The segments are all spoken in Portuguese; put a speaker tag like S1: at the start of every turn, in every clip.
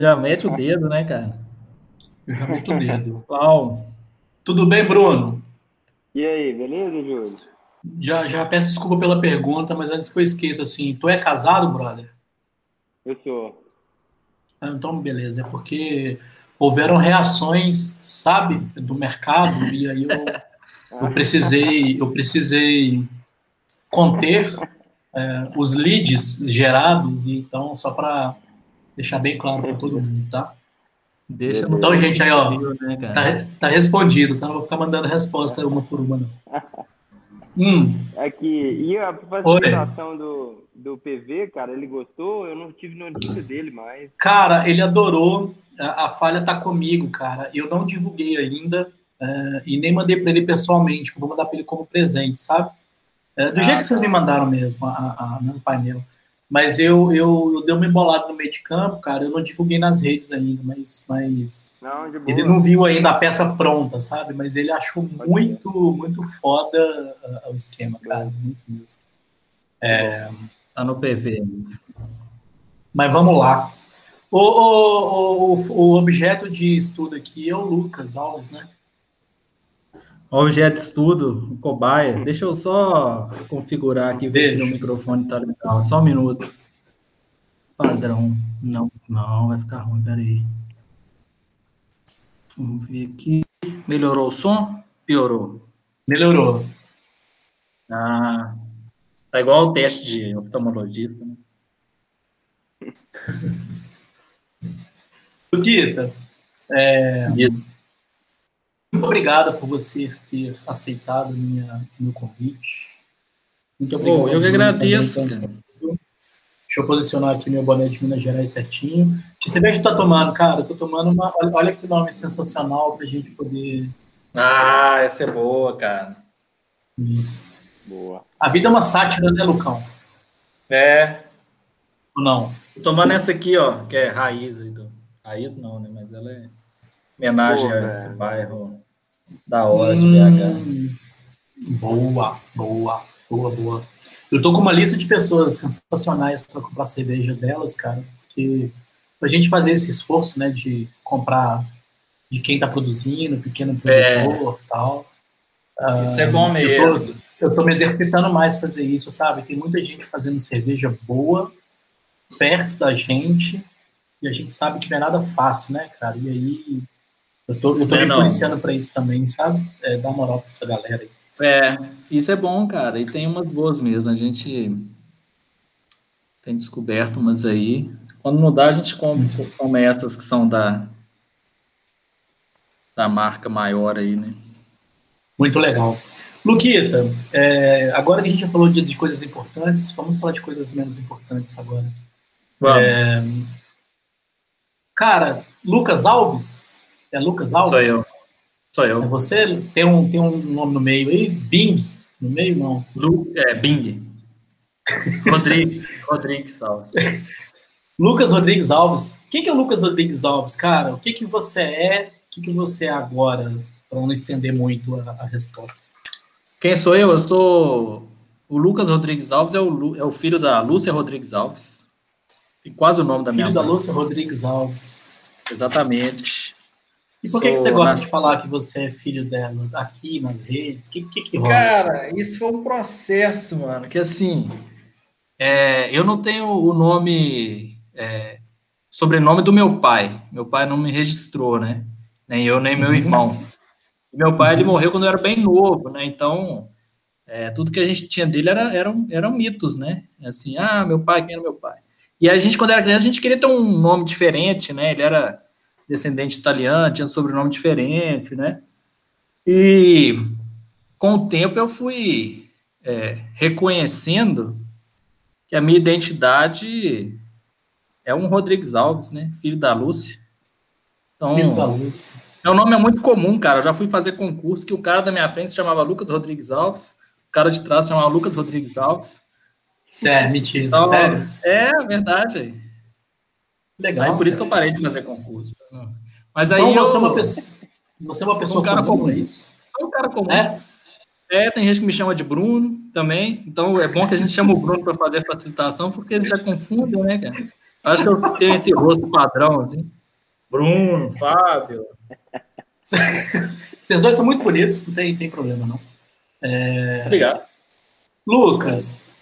S1: Já mete o dedo, né, cara?
S2: Eu já meto o dedo.
S1: Uau.
S2: Tudo bem, Bruno?
S3: E aí, beleza, Júlio?
S2: Já peço desculpa pela pergunta, mas antes que eu esqueça, assim, tu é casado, brother?
S3: Eu sou.
S2: Ah, então, beleza. É porque houveram reações, sabe, do mercado, e aí eu
S3: Ah,
S2: precisei conter os leads gerados, e então, só para deixar bem claro para todo mundo, tá?
S1: Deixa no
S2: Então,
S3: beleza.
S1: fogo
S2: gente, aí, ó,
S1: frio, né,
S2: tá,
S1: cara?
S2: tá respondido, tá? Não vou ficar mandando resposta uma por uma, não. Hum,
S3: Aqui, e a
S2: oi.
S3: facilitação do PV, cara, ele gostou? Eu não tive notícia dele mais.
S2: Cara, ele adorou. A falha tá comigo, cara. Eu não divulguei ainda e nem mandei para ele pessoalmente, que eu vou mandar para ele como presente, sabe? Do jeito
S3: Ah,
S2: que vocês me
S3: tá.
S2: mandaram mesmo, no painel. Mas eu dei uma embolada no meio de campo, cara. Eu não divulguei nas redes ainda, mas
S3: Não, de
S2: ele
S3: boa.
S2: não viu ainda a peça pronta, sabe? Mas ele achou
S3: Pode ser.
S2: muito foda o esquema, cara.
S3: Bom,
S2: Muito mesmo.
S3: que bom.
S1: Tá no PV.
S2: Mas vamos lá. O objeto de estudo aqui é o Lucas Alves, né?
S1: Objeto de estudo, cobaia. Deixa eu só configurar aqui, ver se meu
S2: Deixa.
S1: microfone tá legal. Só um minuto. Padrão. Não, não, vai ficar ruim, peraí. Vamos ver aqui. Melhorou o som? Piorou.
S2: Melhorou.
S1: Ah, tá igual o teste de oftalmologista, né?
S2: Luquita,
S1: Isso.
S2: muito obrigado por você ter aceitado meu convite. Muito
S1: Oh,
S2: obrigado ao
S1: eu que
S2: Bruno também.
S1: agradeço,
S2: Então,
S1: cara.
S2: deixa eu posicionar aqui meu boné de Minas Gerais certinho. Que cerveja tá tomando, cara? Eu tô tomando uma. Olha que nome sensacional pra gente poder.
S1: Ah, essa é boa, cara.
S3: Boa.
S2: A vida é uma sátira, né, Lucão?
S1: É,
S2: Ou não?
S1: tô tomando essa aqui, ó, que é raiz aí do... Raiz não, né? Mas ela é homenagem
S3: Pô,
S1: a esse
S3: velho.
S1: bairro da hora de BH.
S2: Boa. Eu tô com uma lista de pessoas sensacionais para comprar cerveja delas, cara, porque pra gente fazer esse esforço, né, de comprar de quem tá produzindo, pequeno
S1: É,
S2: produtor, tal.
S1: isso é bom
S2: Eu tô
S1: mesmo.
S2: eu tô me exercitando mais pra fazer isso, sabe? Tem muita gente fazendo cerveja boa perto da gente e a gente sabe que não é nada fácil, né, cara? E aí eu tô
S1: Né,
S2: me
S1: não?
S2: policiando para isso também, sabe? Dar moral pra essa galera aí.
S1: É, isso é bom, cara. E tem umas boas mesmo. A gente tem descoberto umas aí. Quando não dá, a gente come essas que são da marca maior aí, né?
S2: Muito legal. Luquita, agora que a gente já falou de coisas importantes, vamos falar de coisas menos importantes agora.
S1: Vamos,
S2: Cara, Lucas Alves? É Lucas
S1: sou eu,
S2: Alves?
S1: sou
S2: É
S1: eu.
S2: você? Tem um nome no meio aí? Bing? No meio, não.
S1: Bing. Rodrigues Salles.
S2: Lucas Rodrigues Alves. Quem que é o Lucas Rodrigues Alves, cara? O que que você é? O que que você é agora? Para não estender muito a resposta.
S1: Quem sou eu? Eu sou o Lucas Rodrigues Alves, é o filho da Lúcia Rodrigues Alves. Tem quase o nome da minha
S2: Filho da
S1: mãe.
S2: Lúcia Rodrigues Alves.
S1: Exatamente.
S2: E por que você
S1: Sou
S2: gosta de
S1: nas...
S2: falar que você é filho dela aqui nas redes? O que rola?
S1: Cara, isso foi um processo, mano, que assim, eu não tenho o nome, sobrenome do meu pai. Meu pai não me registrou, né? Nem eu, nem meu
S2: Uhum,
S1: irmão. E meu pai, ele
S2: uhum.
S1: morreu quando eu era bem novo, né? Então, tudo que a gente tinha dele eram mitos, né? Assim, meu pai, quem era meu pai? E a gente, quando era criança, a gente queria ter um nome diferente, né? Ele era descendente italiano, tinha um sobrenome diferente, né? E com o tempo eu fui reconhecendo que a minha identidade é um Rodrigues Alves, né? Filho da Lúcia.
S2: Filho da
S1: Então,
S2: Lúcia.
S1: meu nome é muito comum, cara. Eu já fui fazer concurso que o cara da minha frente se chamava Lucas Rodrigues Alves, o cara de trás se chamava Lucas Rodrigues Alves.
S2: Sério, mentira,
S1: Então,
S2: sério?
S1: é verdade. Aí
S2: Legal,
S1: por isso que
S2: cara.
S1: eu parei de fazer concurso. Mas
S2: Então
S1: aí
S2: você é uma
S1: sou um
S2: pessoa
S1: cara
S2: comum, é
S1: comum.
S2: isso?
S1: Sou um cara comum.
S2: É?
S1: Tem gente que me chama de Bruno também. Então é bom que a gente chama o Bruno para fazer facilitação, porque eles já confundem, né, cara? Acho que eu tenho esse rosto padrão, assim. Bruno, Fábio.
S2: Vocês dois são muito bonitos, não tem problema, não.
S1: Obrigado.
S2: Lucas,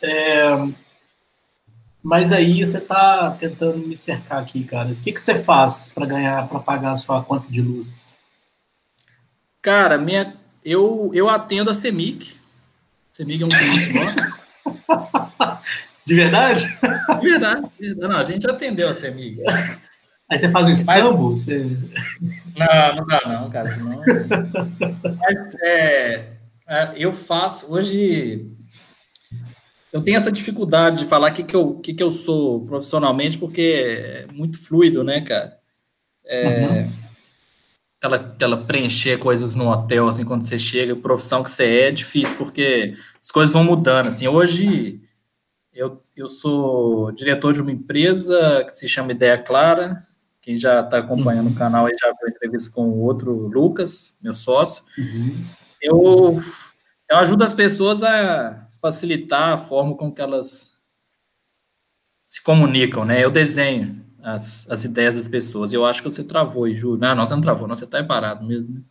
S2: mas aí você tá tentando me cercar aqui, cara. O que você faz para pagar a sua conta de luz?
S1: Cara, eu atendo a CEMIG. CEMIG é um cliente nosso.
S2: De verdade?
S1: De verdade. Não, a gente atendeu a CEMIG.
S2: Aí você faz um escambo? Você...
S1: Não dá não, cara. Senão... Mas eu faço... Hoje... Eu tenho essa dificuldade de falar o que eu sou profissionalmente, porque é muito fluido, né, cara? Aquela preencher coisas no hotel, assim, quando você chega, a profissão que você é difícil, porque as coisas vão mudando, assim. Hoje, eu sou diretor de uma empresa que se chama Ideia Clara. Quem já está acompanhando o canal aí já viu a entrevista com o outro Lucas, meu sócio. Eu ajudo as pessoas a facilitar a forma com que elas se comunicam, né? Eu desenho as ideias das pessoas. Eu acho que você travou aí, Júlio. Não, você não travou, não, você está parado mesmo.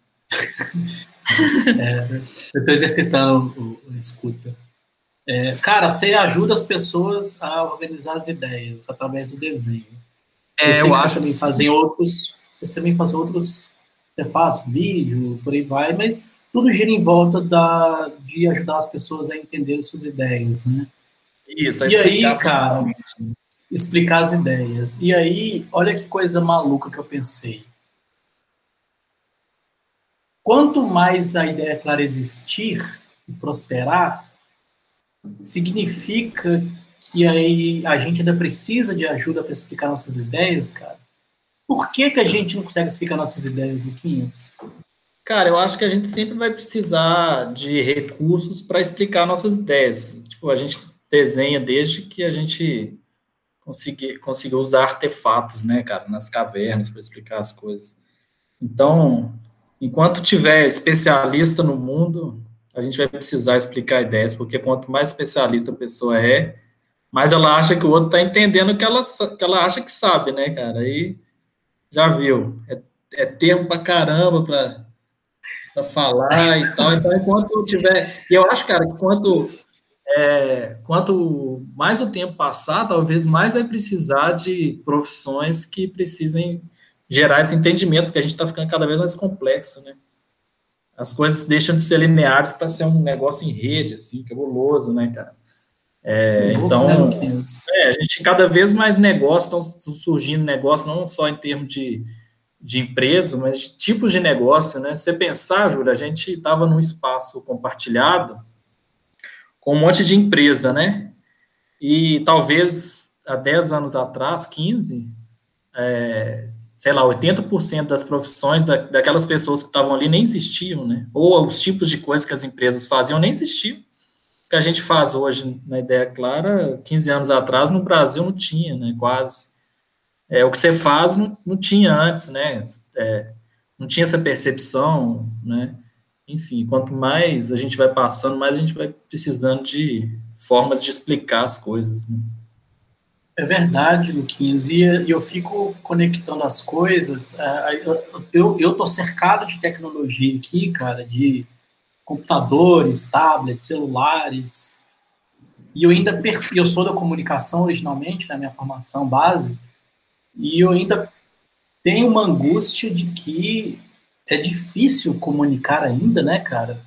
S2: Eu estou exercitando a escuta. Cara, você ajuda as pessoas a organizar as ideias através do desenho. Eu acho que vocês também fazem outros artefatos, vídeo, por aí vai, mas tudo gira em volta de ajudar as pessoas a entender as suas ideias, né?
S1: Isso,
S2: e aí, cara, explicar as ideias. E aí, olha que coisa maluca que eu pensei. Quanto mais a ideia clara existir e prosperar, significa que aí a gente ainda precisa de ajuda para explicar nossas ideias, cara. Por que a gente não consegue explicar nossas ideias, Luquinhas?
S1: Cara, eu acho que a gente sempre vai precisar de recursos para explicar nossas ideias. Tipo, a gente desenha desde que a gente conseguiu usar artefatos, né, cara, nas cavernas para explicar as coisas. Então, enquanto tiver especialista no mundo, a gente vai precisar explicar ideias, porque quanto mais especialista a pessoa é, mais ela acha que o outro está entendendo o que ela acha que sabe, né, cara? Aí já viu. É termo pra caramba para falar e tal. Então, enquanto tiver. E eu acho, cara, que quanto mais o tempo passar, talvez mais vai precisar de profissões que precisem gerar esse entendimento, porque a gente está ficando cada vez mais complexo, né? As coisas deixam de ser lineares para ser um negócio em rede, assim, cabuloso, né, cara? Então, a gente cada vez mais negócios estão surgindo negócios, não só em termos de empresa, mas de tipos de negócio, né? Se você pensar, Júlia, a gente estava num espaço compartilhado com um monte de empresa, né? E talvez há 10 anos atrás, 15, sei lá, 80% das profissões daquelas pessoas que estavam ali nem existiam, né? Ou os tipos de coisas que as empresas faziam nem existiam. O que a gente faz hoje na Ideia Clara, 15 anos atrás, no Brasil não tinha, né? Quase. O que você faz não tinha antes, né? Não tinha essa percepção, né? Enfim, quanto mais a gente vai passando, mais a gente vai precisando de formas de explicar as coisas, né?
S2: É verdade, Luquinhas, e eu fico conectando as coisas. Eu tô cercado de tecnologia aqui, cara, de computadores, tablets, celulares, e eu sou da comunicação originalmente, na minha formação base, e eu ainda tenho uma angústia de que é difícil comunicar ainda, né, cara?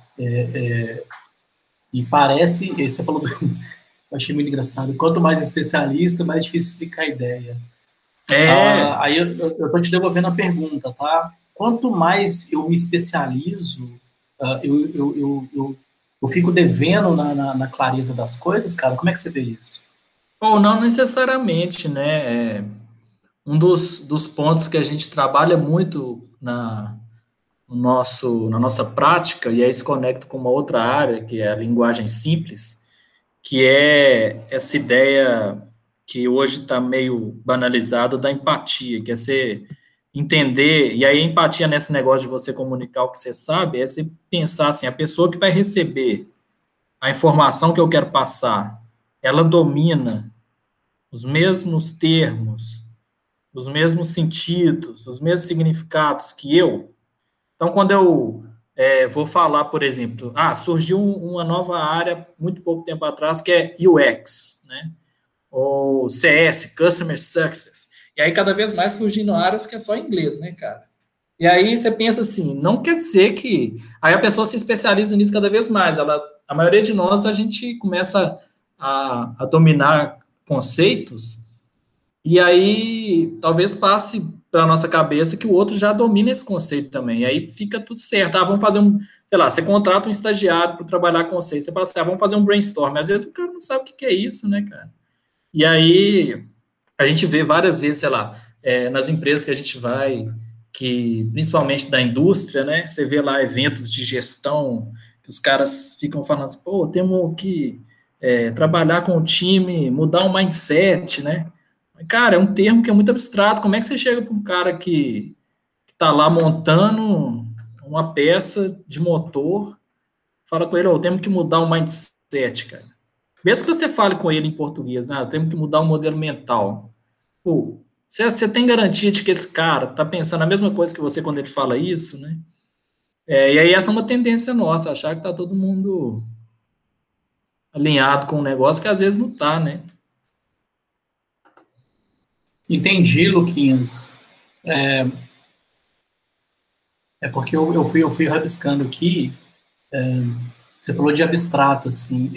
S2: E parece, você falou eu achei muito engraçado. Quanto mais especialista, mais difícil explicar a ideia. Aí eu tô te devolvendo a pergunta, tá? Quanto mais eu me especializo, eu fico devendo na clareza das coisas, cara? Como é que você vê isso?
S1: Ou não necessariamente, né? Um dos pontos que a gente trabalha muito na nossa prática, e aí se conecta com uma outra área, que é a linguagem simples, que é essa ideia que hoje está meio banalizada da empatia, que é você entender, e aí a empatia nesse negócio de você comunicar o que você sabe, é você pensar assim, a pessoa que vai receber a informação que eu quero passar, ela domina os mesmos termos os mesmos sentidos, os mesmos significados que eu. Então, quando eu vou falar, por exemplo, surgiu uma nova área muito pouco tempo atrás que é UX, né? Ou CS, Customer Success. E aí, cada vez mais surgindo áreas que é só inglês, né, cara? E aí você pensa assim, não quer dizer que... Aí a pessoa se especializa nisso cada vez mais. A maioria de nós, a gente começa a dominar conceitos e aí talvez passe para a nossa cabeça que o outro já domina esse conceito também. E aí fica tudo certo. Vamos fazer sei lá, você contrata um estagiário para trabalhar conceito. Você fala assim, vamos fazer um brainstorm. Às vezes o cara não sabe o que é isso, né, cara? E aí a gente vê várias vezes, sei lá, nas empresas que a gente vai, que principalmente da indústria, né? Você vê lá eventos de gestão que os caras ficam falando assim, pô, temos que trabalhar com o time, mudar o mindset, né? Cara, é um termo que é muito abstrato. Como é que você chega para um cara que está lá montando uma peça de motor, fala com ele, temos que mudar o mindset, cara. Mesmo que você fale com ele em português, né? Temos que mudar o modelo mental. Pô, você tem garantia de que esse cara está pensando a mesma coisa que você quando ele fala isso, né? E aí essa é uma tendência nossa, achar que está todo mundo alinhado com um negócio que às vezes não está, né?
S2: Entendi, Luquinhas. Porque eu fui rabiscando aqui. Você falou de abstrato, assim.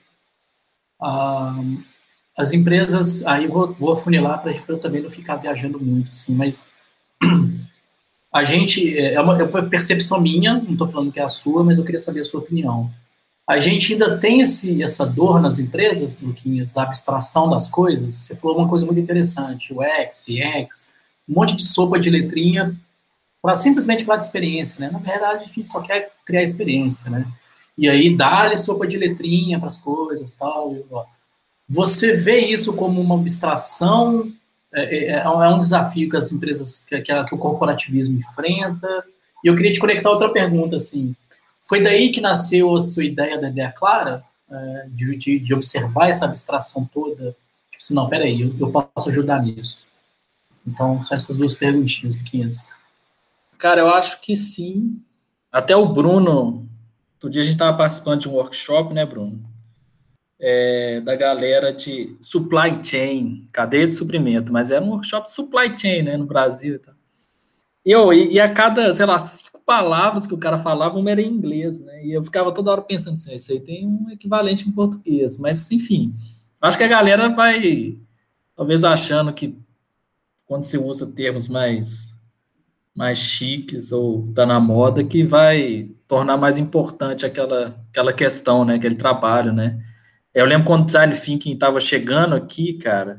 S2: As empresas, aí vou afunilar para eu também não ficar viajando muito, assim, mas a gente, é uma percepção minha, não estou falando que é a sua, mas eu queria saber a sua opinião. A gente ainda tem essa dor nas empresas, Luquinhas, da abstração das coisas. Você falou uma coisa muito interessante, o X, X, um monte de sopa de letrinha para simplesmente falar de experiência, né? Na verdade, a gente só quer criar experiência, né? E aí dá-lhe sopa de letrinha para as coisas, tal. Você vê isso como uma abstração? É um desafio que as empresas, que o corporativismo enfrenta? E eu queria te conectar outra pergunta, assim. Foi daí que nasceu a sua ideia da ideia clara? De observar essa abstração toda? Tipo assim, não, peraí, eu posso ajudar nisso. Então, são essas duas perguntinhas, Luquinhas.
S1: Cara, eu acho que sim. Até o Bruno, outro dia a gente estava participando de um workshop, né, Bruno? Da galera de supply chain, cadeia de suprimento, mas era um workshop de supply chain, né, no Brasil e tal. E a cada, sei lá, 5 palavras que o cara falava, uma era em inglês, né? E eu ficava toda hora pensando assim, isso aí tem um equivalente em português. Mas, enfim, acho que a galera vai, talvez achando que quando se usa termos mais chiques ou tá na moda, que vai tornar mais importante aquela questão, né? Aquele trabalho, né? Eu lembro quando o Design Thinking estava chegando aqui, cara,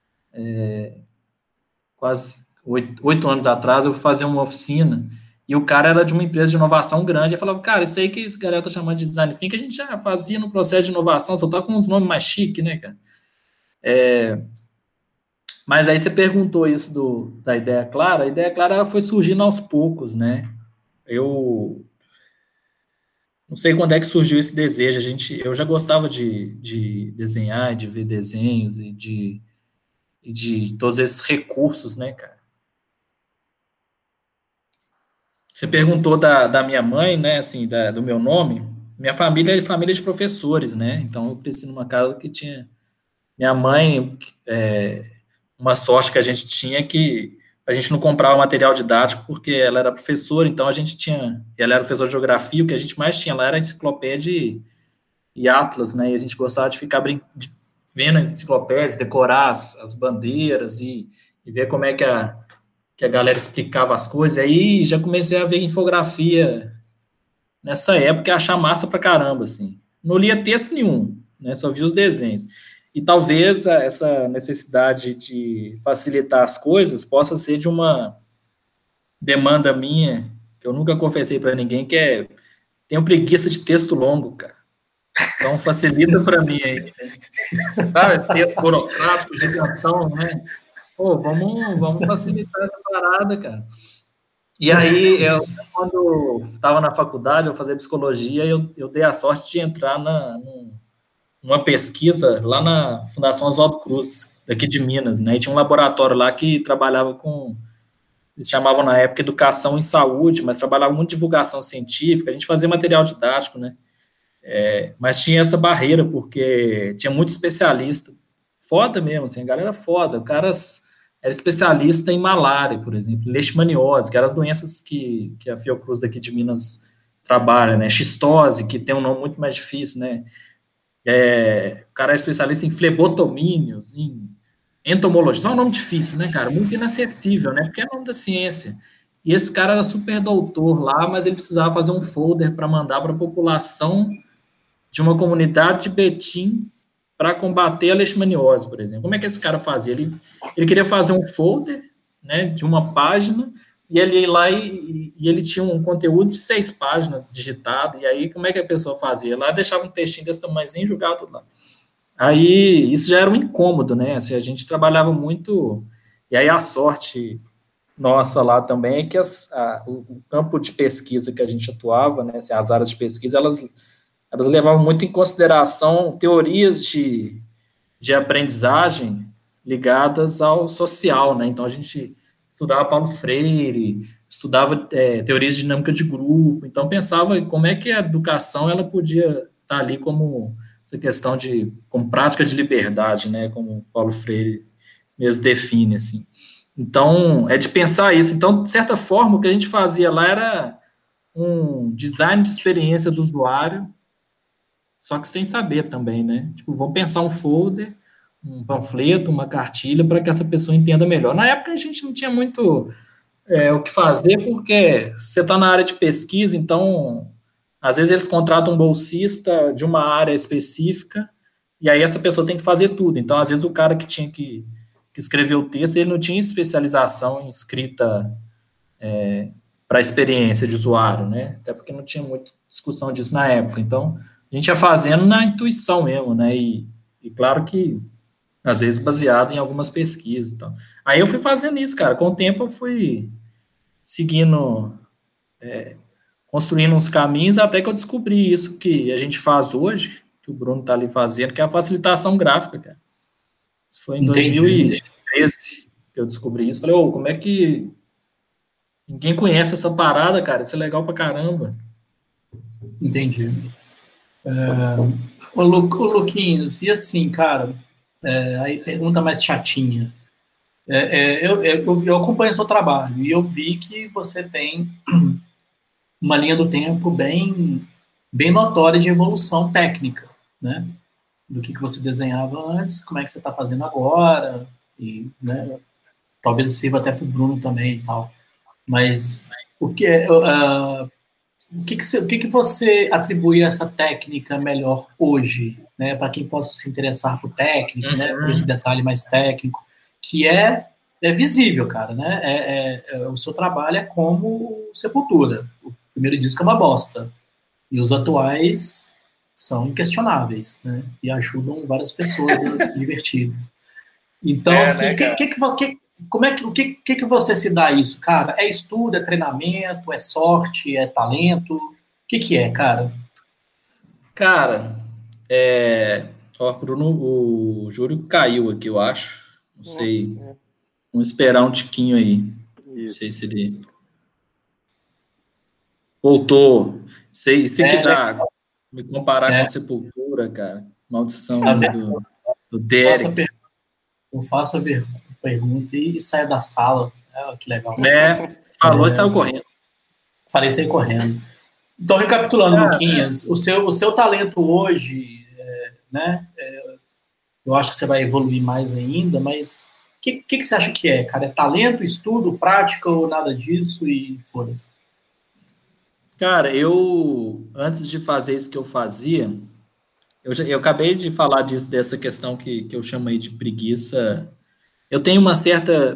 S1: quase 8 anos atrás, eu fui fazer uma oficina e o cara era de uma empresa de inovação grande. Eu falava, cara, isso aí que esse galera tá chamando de Design Thinking, a gente já fazia no processo de inovação, só tá com uns nomes mais chiques, né, cara? Mas aí você perguntou isso da ideia clara. A ideia clara ela foi surgindo aos poucos, né? Eu não sei quando é que surgiu esse desejo. Eu já gostava de desenhar, de ver desenhos e de todos esses recursos, né, cara? Você perguntou da minha mãe, né, assim, do meu nome. Minha família é família de professores, né? Então eu cresci numa casa que tinha minha mãe, uma sorte que a gente tinha é que a gente não comprava material didático porque ela era professora, então a gente tinha, ela era professora de geografia, o que a gente mais tinha lá era enciclopédia e atlas, né? E a gente gostava de ficar vendo as enciclopédias, decorar as bandeiras e ver como é que a galera explicava as coisas. Aí já comecei a ver infografia nessa época e achar massa pra caramba, assim. Não lia texto nenhum, né? Só via os desenhos. E talvez essa necessidade de facilitar as coisas possa ser de uma demanda minha, que eu nunca confessei para ninguém, que tenho preguiça de texto longo, cara. Então facilita para mim aí, né? Sabe? Texto burocrático, gigantão, né? Pô, vamos facilitar essa parada, cara. E aí, quando estava na faculdade, eu fazia psicologia, eu dei a sorte de entrar numa pesquisa lá na Fundação Oswaldo Cruz, daqui de Minas, né? E tinha um laboratório lá que trabalhava com, eles chamavam na época educação em saúde, mas trabalhava muito divulgação científica, a gente fazia material didático, né? Mas tinha essa barreira, porque tinha muito especialista, foda mesmo, assim, a galera foda, o cara era especialista em malária, por exemplo, leishmaniose, que eram as doenças que a Fiocruz daqui de Minas trabalha, né? Xistose, que tem um nome muito mais difícil, né? O cara é especialista em flebotomínios, em entomologia, é um nome difícil, né, cara? Muito inacessível, né? Porque é nome da ciência. E esse cara era super doutor lá, mas ele precisava fazer um folder para mandar para a população de uma comunidade de Betim para combater a leishmaniose, por exemplo. Como é que esse cara fazia? Ele queria fazer um folder, né, de uma página, e ele ia lá e ele tinha um conteúdo de 6 páginas digitado, e aí como é que a pessoa fazia? Lá deixava um textinho desse tamanhozinho e jogava tudo lá. Aí isso já era um incômodo, né? Assim, a gente trabalhava muito, e aí a sorte nossa lá também é que o campo de pesquisa que a gente atuava, né, assim, as áreas de pesquisa, elas levavam muito em consideração teorias de aprendizagem ligadas ao social, né? Então, a gente estudava Paulo Freire, estudava teorias de dinâmica de grupo, então pensava como é que a educação ela podia estar ali como essa questão como prática de liberdade, né? Como Paulo Freire mesmo define, assim. Então, é de pensar isso. Então, de certa forma, o que a gente fazia lá era um design de experiência do usuário, só que sem saber também, né? Tipo, vamos pensar um folder, um panfleto, uma cartilha, para que essa pessoa entenda melhor. Na época, a gente não tinha muito o que fazer, porque você está na área de pesquisa, então, às vezes eles contratam um bolsista de uma área específica, e aí essa pessoa tem que fazer tudo. Então, às vezes, o cara que tinha que escrever o texto, ele não tinha especialização em escrita para experiência de usuário, né? Até porque não tinha muita discussão disso na época. Então, a gente ia fazendo na intuição mesmo, né? E claro que, às vezes, baseado em algumas pesquisas. Então. Aí eu fui fazendo isso, cara. Com o tempo eu fui seguindo, construindo uns caminhos, até que eu descobri isso que a gente faz hoje, que o Bruno está ali fazendo, que é a facilitação gráfica, cara. Isso foi em 2013 que eu descobri isso. Falei, como é que ninguém conhece essa parada, cara? Isso é legal pra caramba.
S2: Entendi. Ô, Luquinhas, e assim, cara, aí pergunta mais chatinha. Eu acompanho seu trabalho e eu vi que você tem uma linha do tempo bem notória de evolução técnica, né? Do que você desenhava antes, como é que você está fazendo agora, e, né, talvez sirva até para o Bruno também e tal. Mas o que você atribui a essa técnica melhor hoje, né, para quem possa se interessar por técnica, né, por esse detalhe mais técnico, que é visível, cara, né? O seu trabalho é como Sepultura. O primeiro disco é uma bosta. E os atuais são inquestionáveis, né? E ajudam várias pessoas a se divertirem. Então, assim,
S1: né,
S2: o que você se dá isso, cara? É estudo, é treinamento, é sorte, é talento? O que é, cara?
S1: Cara, Bruno, o Júlio caiu aqui, eu acho. Não sei. Vamos esperar um tiquinho aí. Não sei se ele voltou. Sei que dá. Me comparar com Sepultura, cara. Maldição do Derek.
S2: Eu faço a pergunta e saio da sala. Que legal.
S1: Né? Falou e saiu correndo.
S2: Falei sair correndo. Então, recapitulando, Luquinhas, o seu talento hoje, né? Eu acho que você vai evoluir mais ainda, mas o que você acha que é, cara? É talento, estudo, prática ou nada disso e foda-se?
S1: Cara, antes de fazer isso que eu fazia, eu acabei de falar dessa questão que eu chamo aí de preguiça. Eu tenho uma certa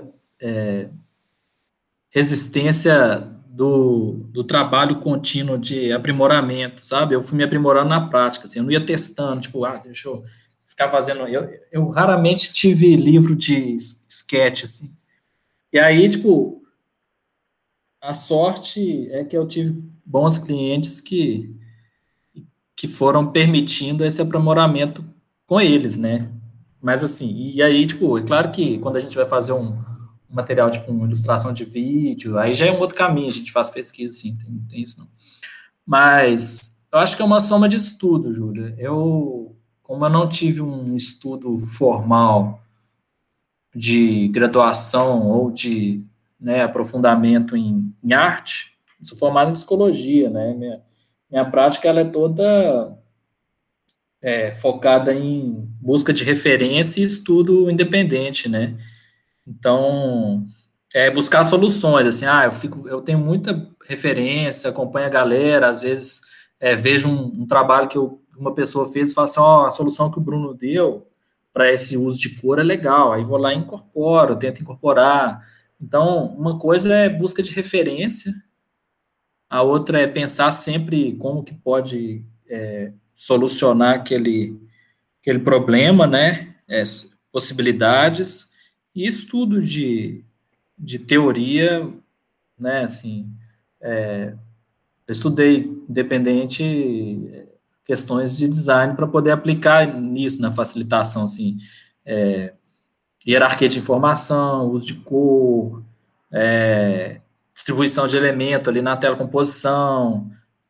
S1: resistência do trabalho contínuo de aprimoramento, sabe? Eu fui me aprimorando na prática, assim, eu não ia testando, tipo, deixa eu ficar fazendo... Eu raramente tive livro de sketch, assim. E aí, tipo, a sorte é que eu tive bons clientes que foram permitindo esse aprimoramento com eles, né? Mas assim, e aí, tipo, é claro que quando a gente vai fazer um material, tipo, uma ilustração de vídeo, aí já é um outro caminho, a gente faz pesquisa, assim, tem isso não. Mas eu acho que é uma soma de estudo, Júlia. Como eu não tive um estudo formal de graduação ou de, né, aprofundamento em arte, sou formado em psicologia, né? Minha prática ela é toda focada em busca de referência e estudo independente, né? Então, buscar soluções, assim, eu tenho muita referência, acompanho a galera, às vezes vejo um trabalho que uma pessoa fez e falo assim, a solução que o Bruno deu para esse uso de cor é legal, aí vou lá e incorporo, tento incorporar. Então, uma coisa é busca de referência, a outra é pensar sempre como que pode solucionar aquele problema, né? Possibilidades, e estudo de teoria, né? Assim, eu estudei independente questões de design para poder aplicar nisso na facilitação, assim, hierarquia de informação, uso de cor, distribuição de elemento ali na tela composição,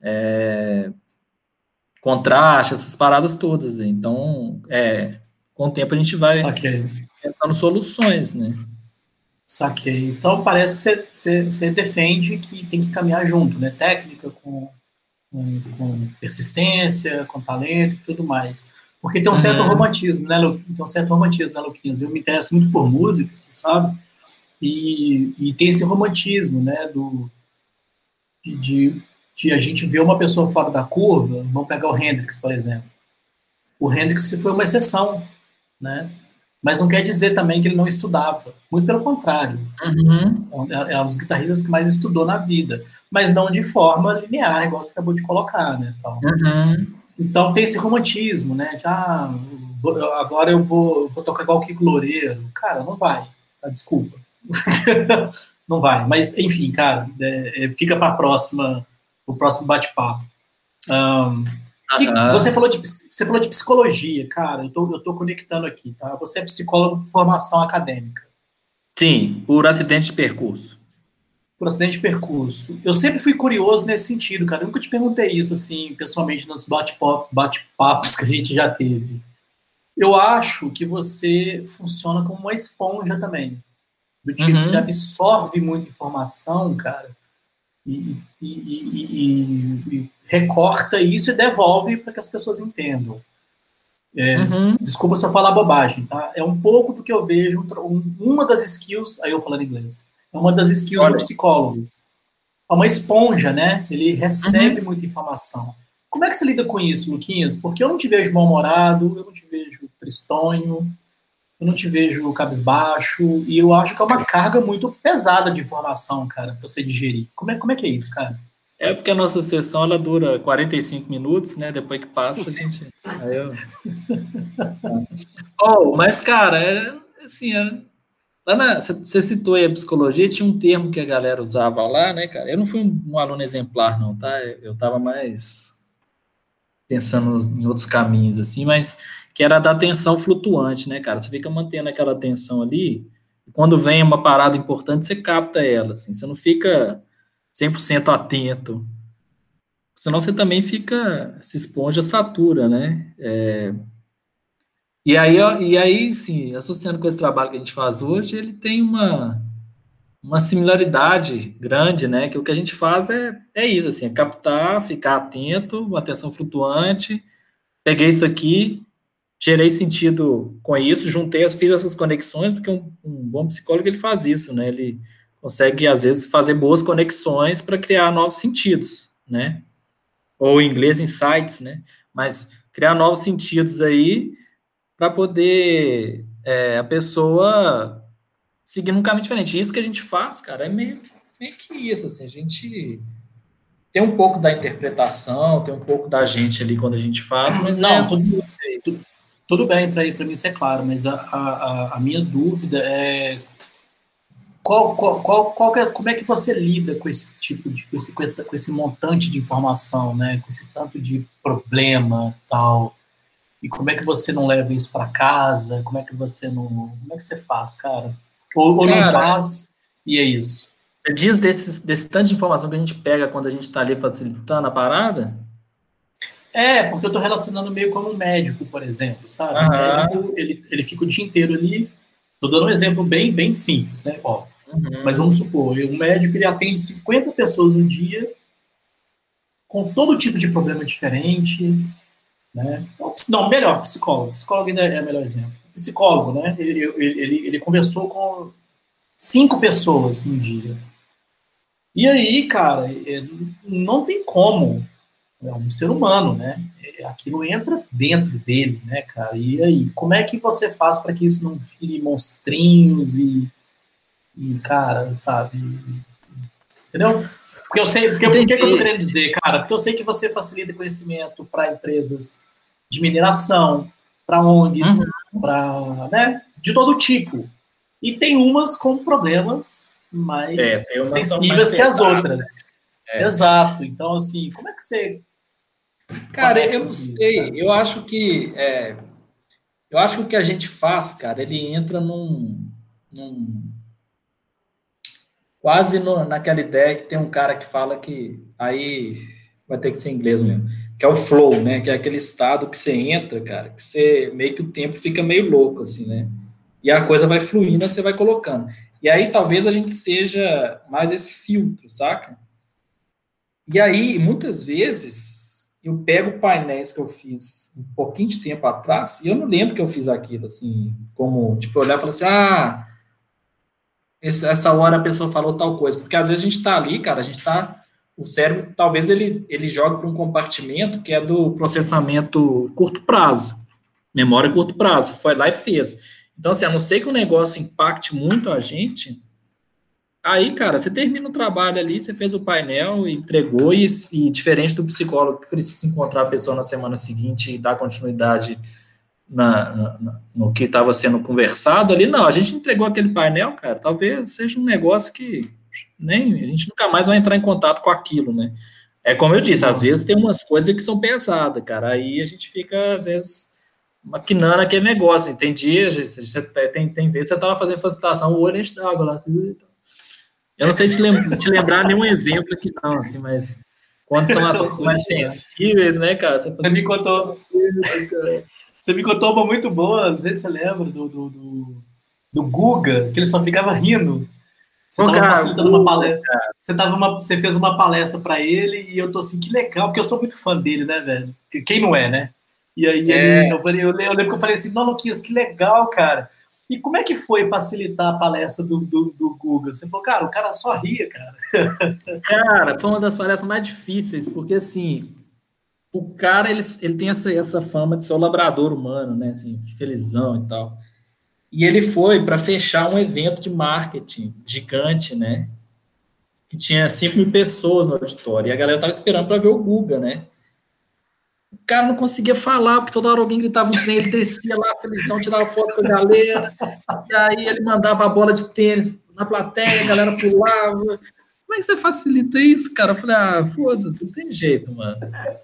S1: contraste, essas paradas todas. Então, com o tempo a gente vai
S2: Saquei.
S1: pensando soluções, né?
S2: Saquei. Então parece que você defende que tem que caminhar junto, né? Técnica com persistência, com talento e tudo mais. Porque tem um certo romantismo, né, tem um certo romantismo, né, Luquinhas? Eu me interesso muito por música, você sabe? E tem esse romantismo, né, de, de a gente ver uma pessoa fora da curva. Vamos pegar o Hendrix, por exemplo. O Hendrix foi uma exceção, né? Mas não quer dizer também que ele não estudava. Muito pelo contrário. É um dos guitarristas que mais estudou na vida. Mas não de forma linear, igual você acabou de colocar, né? Então tem esse romantismo, né? De, agora eu vou tocar igual o Kiko Loureiro. Cara, não vai. Tá? Desculpa. Não vai. Mas, enfim, cara, fica para o próximo bate-papo. Você falou de psicologia, cara. Eu tô conectando aqui, tá? Você é psicólogo por formação acadêmica.
S1: Sim, por acidente de percurso.
S2: Por acidente de percurso. Eu sempre fui curioso nesse sentido, cara. Eu nunca te perguntei isso, assim, pessoalmente, nos bate-papos que a gente já teve. Eu acho que você funciona como uma esponja também. Do tipo, você absorve muita informação, cara, e recorta isso e devolve para que as pessoas entendam. Desculpa se eu falar bobagem, tá? É um pouco do que eu vejo, uma das skills, aí eu falando inglês, é uma das skills do psicólogo. É uma esponja, né? Ele recebe muita informação. Como é que você lida com isso, Luquinhas? Porque eu não te vejo mal-humorado, eu não te vejo tristonho, eu não te vejo cabisbaixo, e eu acho que é uma carga muito pesada de informação, cara, pra você digerir. Como é que é isso, cara?
S1: É porque a nossa sessão ela dura 45 minutos, né? Depois que passa, a gente. Aí eu... mas, cara, assim, você citou aí a psicologia, tinha um termo que a galera usava lá, né, cara? Eu não fui um aluno exemplar, não, tá? Eu tava mais pensando em outros caminhos, assim, mas que era da atenção flutuante, né, cara? Você fica mantendo aquela atenção ali, e quando vem uma parada importante, você capta ela, assim, você não fica 100% atento, senão você também fica, se esponja, satura, né? E aí, sim, associando com esse trabalho que a gente faz hoje, ele tem uma similaridade grande, né? Que o que a gente faz é isso, assim, é captar, ficar atento, uma atenção flutuante. Peguei isso aqui, gerei sentido com isso, fiz essas conexões, porque um bom psicólogo ele faz isso, né? Ele consegue, às vezes, fazer boas conexões para criar novos sentidos, né? Ou em inglês, insights, né? Mas criar novos sentidos aí para poder a pessoa seguir um caminho diferente. Isso que a gente faz, cara, é meio que isso, assim, a gente tem um pouco da interpretação, tem um pouco da gente ali quando a gente faz, mas
S2: não, tudo bem, para mim isso é claro, mas a minha dúvida é como é que você lida com esse tipo de com esse montante de informação, né? Com esse tanto de problema, tal. E como é que você não leva isso para casa? Como é que você faz, cara? Ou não
S1: Cara,
S2: faz, e é isso.
S1: diz desse tanto de informação que a gente pega quando a gente está ali facilitando a parada?
S2: Porque eu estou relacionando meio como um médico, por exemplo, sabe? O
S1: Aham.
S2: médico, ele fica o dia inteiro ali. Estou dando um exemplo bem, bem simples, né? Ó, mas
S1: Uhum.
S2: vamos supor, um médico ele atende 50 pessoas no dia, com todo tipo de problema diferente, né? Não, melhor, psicólogo. Psicólogo ainda é o melhor exemplo. Psicólogo, né? Ele conversou com 5 pessoas no dia. E aí, cara, não tem como. É um ser humano, né? Aquilo entra dentro dele, né, cara? E aí, como é que você faz para que isso não vire monstrinhos cara, sabe? Entendeu? Porque eu sei, porque, por que eu tô
S1: Entendi.
S2: querendo dizer, cara? Porque eu sei que você facilita conhecimento para empresas de mineração, para
S1: Uhum.
S2: ONGs, para, né, de todo tipo. E tem umas com problemas
S1: Tem
S2: mais
S1: umas que são mais
S2: sensíveis que as
S1: pesadas.
S2: outras.
S1: É.
S2: Exato. Então, assim, como é que você
S1: Cara, eu
S2: conecta
S1: não
S2: com isso,
S1: sei.
S2: cara?
S1: Eu acho que o que a gente faz, cara, ele entra quase naquela ideia que tem um cara que fala que aí vai ter que ser em inglês mesmo, que é o flow, né? Que é aquele estado que você entra, cara, que você meio que o tempo fica meio louco, assim, né? E a coisa vai fluindo, você vai colocando. E aí talvez a gente seja mais esse filtro, saca? E aí, muitas vezes, eu pego painéis que eu fiz um pouquinho de tempo atrás, e eu não lembro que eu fiz aquilo, assim, como, tipo, olhar e falar assim, essa hora a pessoa falou tal coisa, porque às vezes a gente está ali, cara, o cérebro, talvez ele jogue para um compartimento que é do processamento curto prazo, memória curto prazo, foi lá e fez. Então, assim, a não ser que o negócio impacte muito a gente, aí, cara, você termina o trabalho ali, você fez o painel, entregou, e diferente do psicólogo que precisa encontrar a pessoa na semana seguinte e dar continuidade no que estava sendo conversado ali, não, a gente entregou aquele painel, cara, talvez seja um negócio que nem a gente nunca mais vai entrar em contato com aquilo, né? É como eu disse, às vezes
S2: Não.
S1: tem umas coisas que são pesadas, cara, aí a gente fica, às vezes, maquinando aquele negócio, tem dias, tem vezes você tava fazendo facilitação, o olho enche d'água lá, eu não sei te lembrar nenhum exemplo aqui não, assim, mas quando são assuntos mais sensíveis, né, cara, você fala
S2: Você
S1: assim,
S2: me contou,
S1: cara.
S2: você me contou uma muito boa, não sei se você lembra, do Guga, que ele só ficava rindo. Você
S1: Pô,
S2: estava
S1: cara,
S2: facilitando uma palestra, você fez uma palestra para ele e eu tô assim, que legal, porque eu sou muito fã dele, né, velho? Quem não é, né? E aí
S1: é,
S2: eu lembro que eu falei assim, não, Luquinhas, que legal, cara. E como é que foi facilitar a palestra do Guga? Você falou, cara, o cara só ria, cara.
S1: cara, foi uma das palestras mais difíceis, porque assim, o cara ele tem essa fama de ser o labrador humano, né? Assim, felizão e tal. E ele foi para fechar um evento de marketing gigante, né? Que tinha 5.000 pessoas no auditório. E a galera tava esperando para ver o Guga, né? O cara não conseguia falar, porque toda hora alguém gritava um trem, ele descia lá, felizão, tirava foto com a galera, e aí ele mandava a bola de tênis na plateia, a galera pulava. Como é que você facilita isso, cara? Eu falei, foda-se, não tem jeito, mano.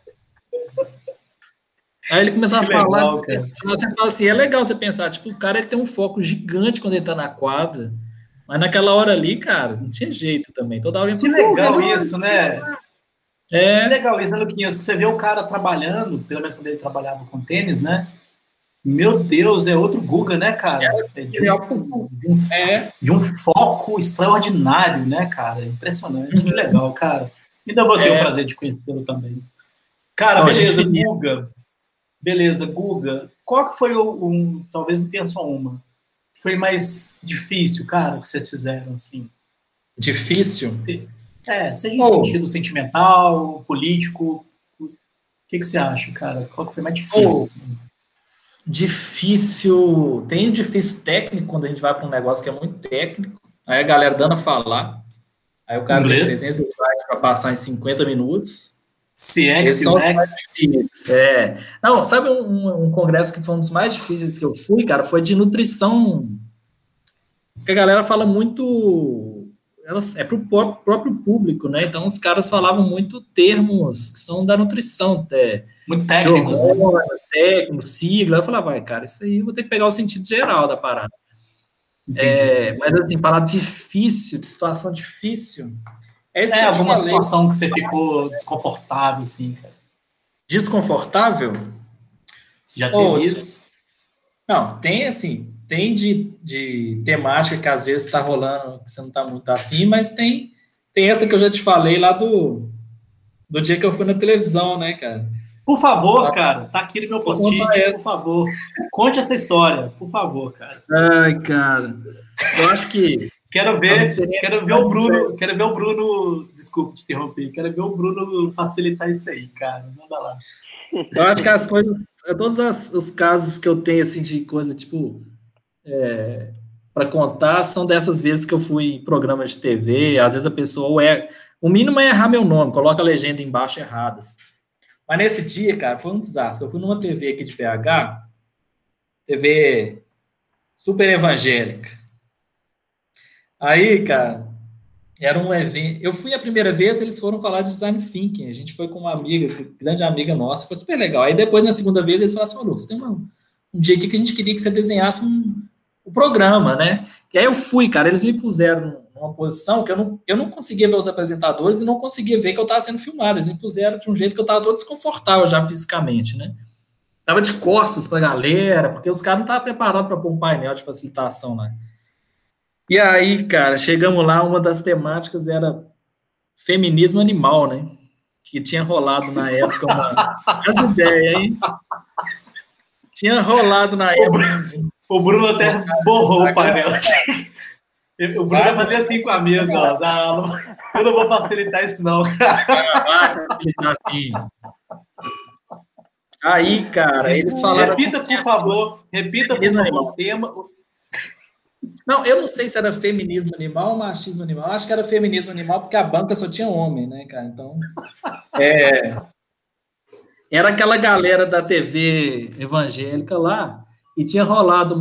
S1: Aí ele começava
S2: Que
S1: a falar,
S2: legal, cara.
S1: você fala assim, é legal você pensar, tipo, o cara ele tem um foco gigante quando ele tá na quadra, mas naquela hora ali, cara, não tinha jeito também. Toda hora ele
S2: Que
S1: falou, Guga,
S2: legal
S1: não,
S2: isso, né? Que
S1: é,
S2: legal isso, né, Luquinhas? Que você vê o cara trabalhando, pelo menos quando ele trabalhava com tênis, né? Meu Deus, é outro Guga, né, cara? É
S1: é,
S2: de um foco extraordinário, né, cara? Impressionante. Que
S1: uhum,
S2: legal, cara. Ainda vou ter o
S1: é.
S2: prazer de conhecê-lo também. Cara,
S1: Não, a gente
S2: beleza,
S1: finia.
S2: Guga. Beleza, Guga. Qual que foi talvez não tenha só uma. Foi mais difícil, cara, que vocês fizeram, assim?
S1: Difícil?
S2: Seja em
S1: Ou,
S2: sentido sentimental, político. O que você acha, cara? Qual que foi mais difícil,
S1: ou,
S2: assim?
S1: difícil, tem o difícil técnico, quando a gente vai para um negócio que é muito técnico, aí a galera dando a falar, aí o cara tem
S2: Inglês?
S1: 300 slides para passar em 50 minutos.
S2: CX,
S1: Esses são os mais
S2: UX?
S1: difíceis. Não, sabe um congresso que foi um dos mais difíceis que eu fui, cara? Foi de nutrição. Porque a galera fala muito. é para o próprio público, né? Então os caras falavam muito termos que são da nutrição,
S2: muito técnicos, né?
S1: Técnico, sigla. Eu falava, vai, cara, isso aí eu vou ter que pegar o sentido geral da parada. Mas assim, falar difícil, de situação difícil. É isso que eu
S2: alguma
S1: falei.
S2: Situação que você ficou desconfortável, assim, cara.
S1: Desconfortável?
S2: Você já teve isso?
S1: Não, tem assim, tem de temática que às vezes está rolando, que você não está muito afim, mas tem essa que eu já te falei lá do dia que eu fui na televisão, né, cara?
S2: Por favor, cara, tá aqui no meu post-it, por favor. Conte essa história, por favor, cara.
S1: Ai, cara, eu acho que...
S2: Quero ver o Bruno, desculpa te interromper, quero ver o Bruno facilitar isso aí, cara, manda lá.
S1: Eu acho que as coisas, todos os casos que eu tenho, assim, de coisa, tipo, para contar, são dessas vezes que eu fui em programa de TV, às vezes a pessoa, o mínimo é errar meu nome, coloca a legenda embaixo erradas. Mas nesse dia, cara, foi um desastre. Eu fui numa TV aqui de BH, TV super evangélica. Aí, cara, era um evento. Eu fui a primeira vez, eles foram falar de design thinking. A gente foi com uma amiga, grande amiga nossa, foi super legal. Aí depois, na segunda vez, eles falaram assim: Lucas, tem um dia aqui que a gente queria que você desenhasse um programa, né? E aí eu fui, cara, eles me puseram numa posição que eu não conseguia ver os apresentadores e não conseguia ver que eu estava sendo filmado. Eles me puseram de um jeito que eu estava todo desconfortável já fisicamente, né? Tava de costas pra galera, porque os caras não estavam preparados para pôr um painel de facilitação lá. E aí, cara, chegamos lá, uma das temáticas era feminismo animal, né? Que tinha rolado na época essa ideia, hein? Tinha rolado na época.
S2: O Bruno até borrou o painel. O Bruno vai fazer assim com a mesa, ó. Eu não vou facilitar isso, não, cara.
S1: Vai facilitar assim. Aí, cara, eles falaram...
S2: Repita, por favor, o tema.
S1: Não, eu não sei se era feminismo animal ou machismo animal. Acho que era feminismo animal, porque a banca só tinha homem, né, cara? Então, era aquela galera da TV evangélica lá, e tinha rolado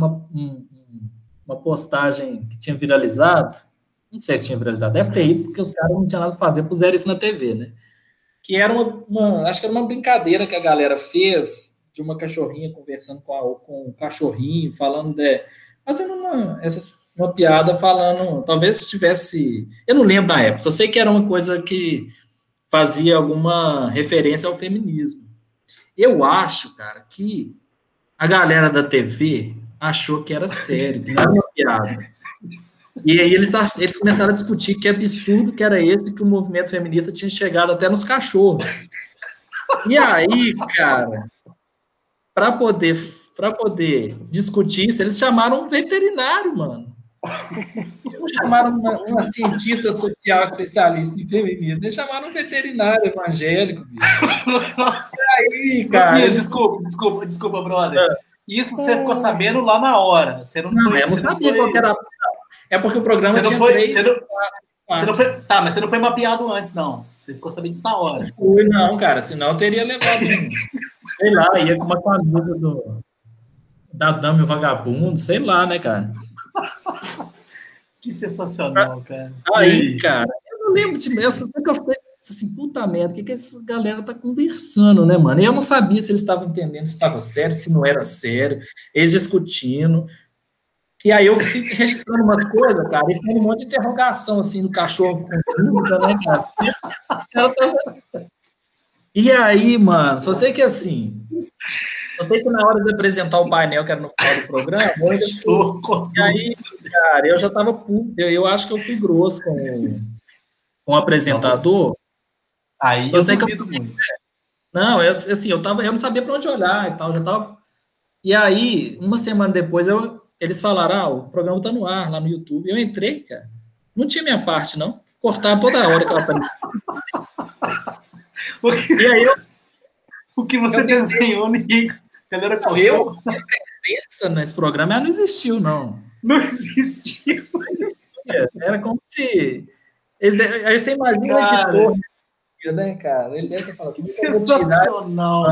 S1: uma postagem que tinha viralizado. Não sei se tinha viralizado, deve ter ido, porque os caras não tinham nada a fazer, puseram isso na TV, né? Que era acho que era uma brincadeira que a galera fez de uma cachorrinha conversando com o cachorrinho, falando fazendo uma piada falando, talvez tivesse, eu não lembro na época, só sei que era uma coisa que fazia alguma referência ao feminismo. Eu acho, cara, que a galera da TV achou que era sério, que não era uma piada. E aí eles começaram a discutir que absurdo que era esse, que o movimento feminista tinha chegado até nos cachorros. E aí, cara, para poder discutir isso, eles chamaram um veterinário, mano. Não chamaram uma cientista social especialista em feminismo, eles chamaram um veterinário evangélico, bicho. E aí, cara...
S2: Desculpa, brother. Isso você ficou sabendo lá na hora. Você não foi...
S1: Eu não sabia qual era... É porque o programa tinha três...
S2: Mas você não foi mapeado antes, não. Você ficou sabendo disso na hora.
S1: Não, cara, senão eu teria levado sei lá, ia com uma camisa da Dama e o Vagabundo, sei lá, né, cara?
S2: Que sensacional, cara.
S1: Aí, cara, eu não lembro de... Eu só sei que eu fiquei assim, puta merda, o que essa galera tá conversando, né, mano? E eu não sabia se eles estavam entendendo se estava sério, se não era sério, eles discutindo. E aí eu fui registrando uma coisa, cara, e tem um monte de interrogação, assim, do cachorro com dúvida, né, cara? Os caras tavam... E aí, mano, só sei que assim... Eu sei que na hora de apresentar o painel, que era no final do programa, e aí, cara, eu já tava puto, eu acho que eu fui grosso com o apresentador.
S2: Aí
S1: só sei que eu... Não, eu não sabia para onde olhar e tal, já tava... E aí, uma semana depois, eles falaram, o programa tá no ar, lá no YouTube. Eu entrei, cara. Não tinha minha parte, não. Cortaram toda hora que eu apareci. E aí,
S2: o que você desenhou, ninguém... A galera correu.
S1: A presença nesse programa, ela não existiu, não.
S2: Não existiu.
S1: Era como se... Aí você imagina o editor, né, cara? Ele deve falar,
S2: que sensacional.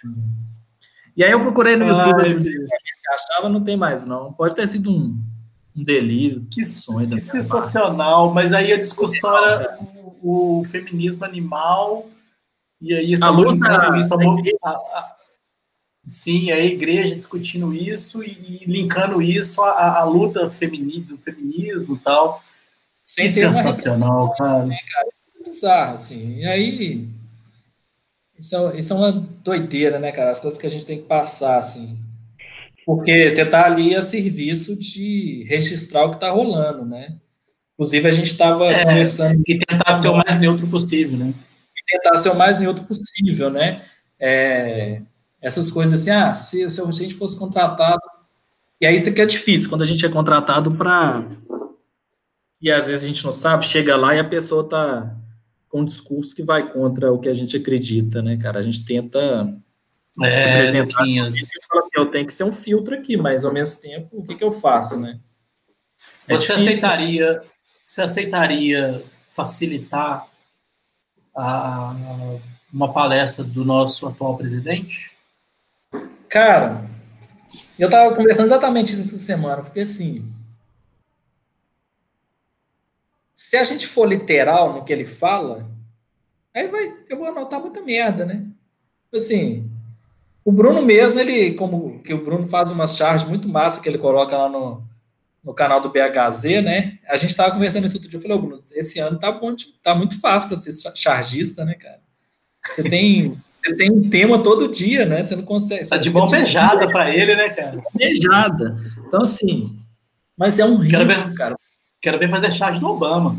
S1: E aí eu procurei no YouTube, achava, não tem mais, não. Pode ter sido Um delírio.
S2: Que
S1: sonho da
S2: Que
S1: minha
S2: sensacional. Mas aí a discussão era o feminismo animal, e aí
S1: A
S2: estavam
S1: luta
S2: linkando isso.
S1: da igreja,
S2: Sim, a igreja discutindo isso e linkando isso à luta do feminismo e tal. Que
S1: sem ter uma
S2: sensacional, cara.
S1: bizarra, assim. E aí, isso é uma doideira, né, cara? As coisas que a gente tem que passar, assim. Porque você tá ali a serviço de registrar o que tá rolando, né? Inclusive, a gente estava
S2: É,
S1: conversando
S2: e tentar ser o mais neutro possível, né?
S1: tentar ser o mais neutro possível, né? Essas coisas assim, se a gente fosse contratado, e aí isso aqui é difícil, quando a gente é contratado para, e às vezes a gente não sabe, chega lá e a pessoa tá com um discurso que vai contra o que a gente acredita, né, cara? A gente tenta representar,
S2: Luquinhas.
S1: e fala, eu tenho que ser um filtro aqui, mas ao mesmo tempo, o que eu faço, né? É
S2: Você
S1: difícil.
S2: aceitaria, você aceitaria facilitar a, uma palestra do nosso atual presidente?
S1: Cara, eu tava conversando exatamente isso essa semana, porque assim, se a gente for literal no que ele fala, eu vou anotar muita merda, né? Assim, o Bruno mesmo, ele, como que o Bruno faz umas charges muito massa que ele coloca lá no canal do BHZ, né? A gente tava conversando isso outro dia, eu falei, ô Bruno, esse ano tá bom, tá muito fácil para ser chargista, né, cara? Você tem um tema todo dia, né? Você não consegue.
S2: Tá
S1: Você
S2: de
S1: fica
S2: mão beijada para ele, né, cara?
S1: beijada. Então, assim, mas é um
S2: Quero
S1: risco,
S2: ver,
S1: cara.
S2: quero ver fazer charge do Obama.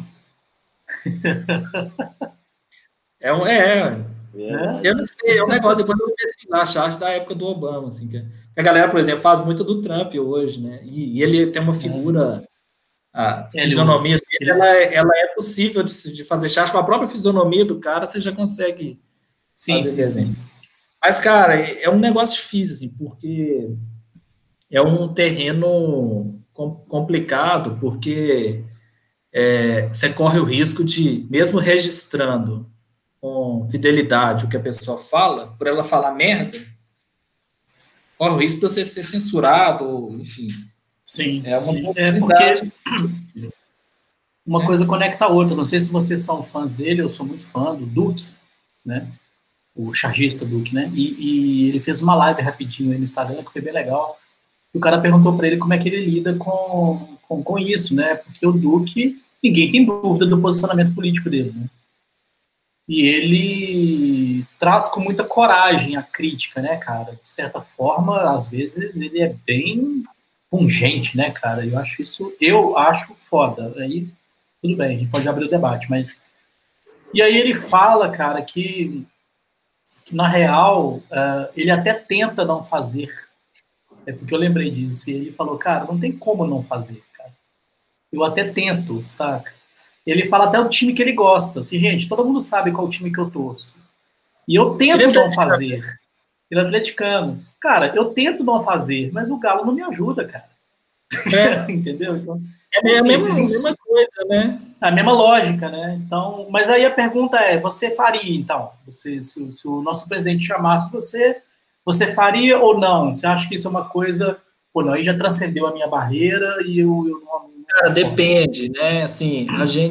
S2: Né?
S1: Eu não sei, é um negócio, depois eu vou pesquisar a charge da época do Obama, assim, que a galera, por exemplo, faz muito do Trump hoje, né? E ele tem uma figura, a
S2: Ele,
S1: fisionomia dele,
S2: ele,
S1: ela é possível de fazer charge, com a própria fisionomia do cara, você já consegue
S2: sim,
S1: fazer
S2: sim,
S1: desenho.
S2: sim.
S1: Mas, cara, é um negócio difícil, assim, porque é um terreno complicado, porque você corre o risco de, mesmo registrando com fidelidade o que a pessoa fala, por ela falar merda, corre o risco de você ser censurado, enfim.
S2: Sim,
S1: É uma
S2: sim. É porque
S1: possibilidade,
S2: uma
S1: né?
S2: coisa conecta a outra. Não sei se vocês são fãs dele, eu sou muito fã do Duque, né? O chargista Duque, né? E ele fez uma live rapidinho aí no Instagram, que foi bem legal. E o cara perguntou para ele como é que ele lida com isso, né? Porque o Duque, ninguém tem dúvida do posicionamento político dele, né? E ele traz com muita coragem a crítica, né, cara? De certa forma, às vezes ele é bem pungente, né, cara? Eu acho foda. Aí, tudo bem, a gente pode abrir o debate, mas... E aí ele fala, cara, que na real, ele até tenta não fazer. É porque eu lembrei disso. E ele falou, cara, não tem como não fazer, cara. Eu até tento, saca? Ele fala até o time que ele gosta. Assim, gente, todo mundo sabe qual time que eu torço. E eu
S1: Ele é
S2: tento não
S1: atleticano.
S2: fazer. Ele é atleticano. Cara, eu tento não fazer, mas o Galo não me ajuda, cara.
S1: É,
S2: Entendeu? Então,
S1: é a
S2: assim,
S1: mesma coisa, né?
S2: a mesma lógica, né? Então, mas aí a pergunta é, você faria, então? Se o nosso presidente chamasse você faria ou não? Você acha que isso é uma coisa, pô, não, aí já transcendeu a minha barreira e eu não...
S1: Cara, depende, né? Assim,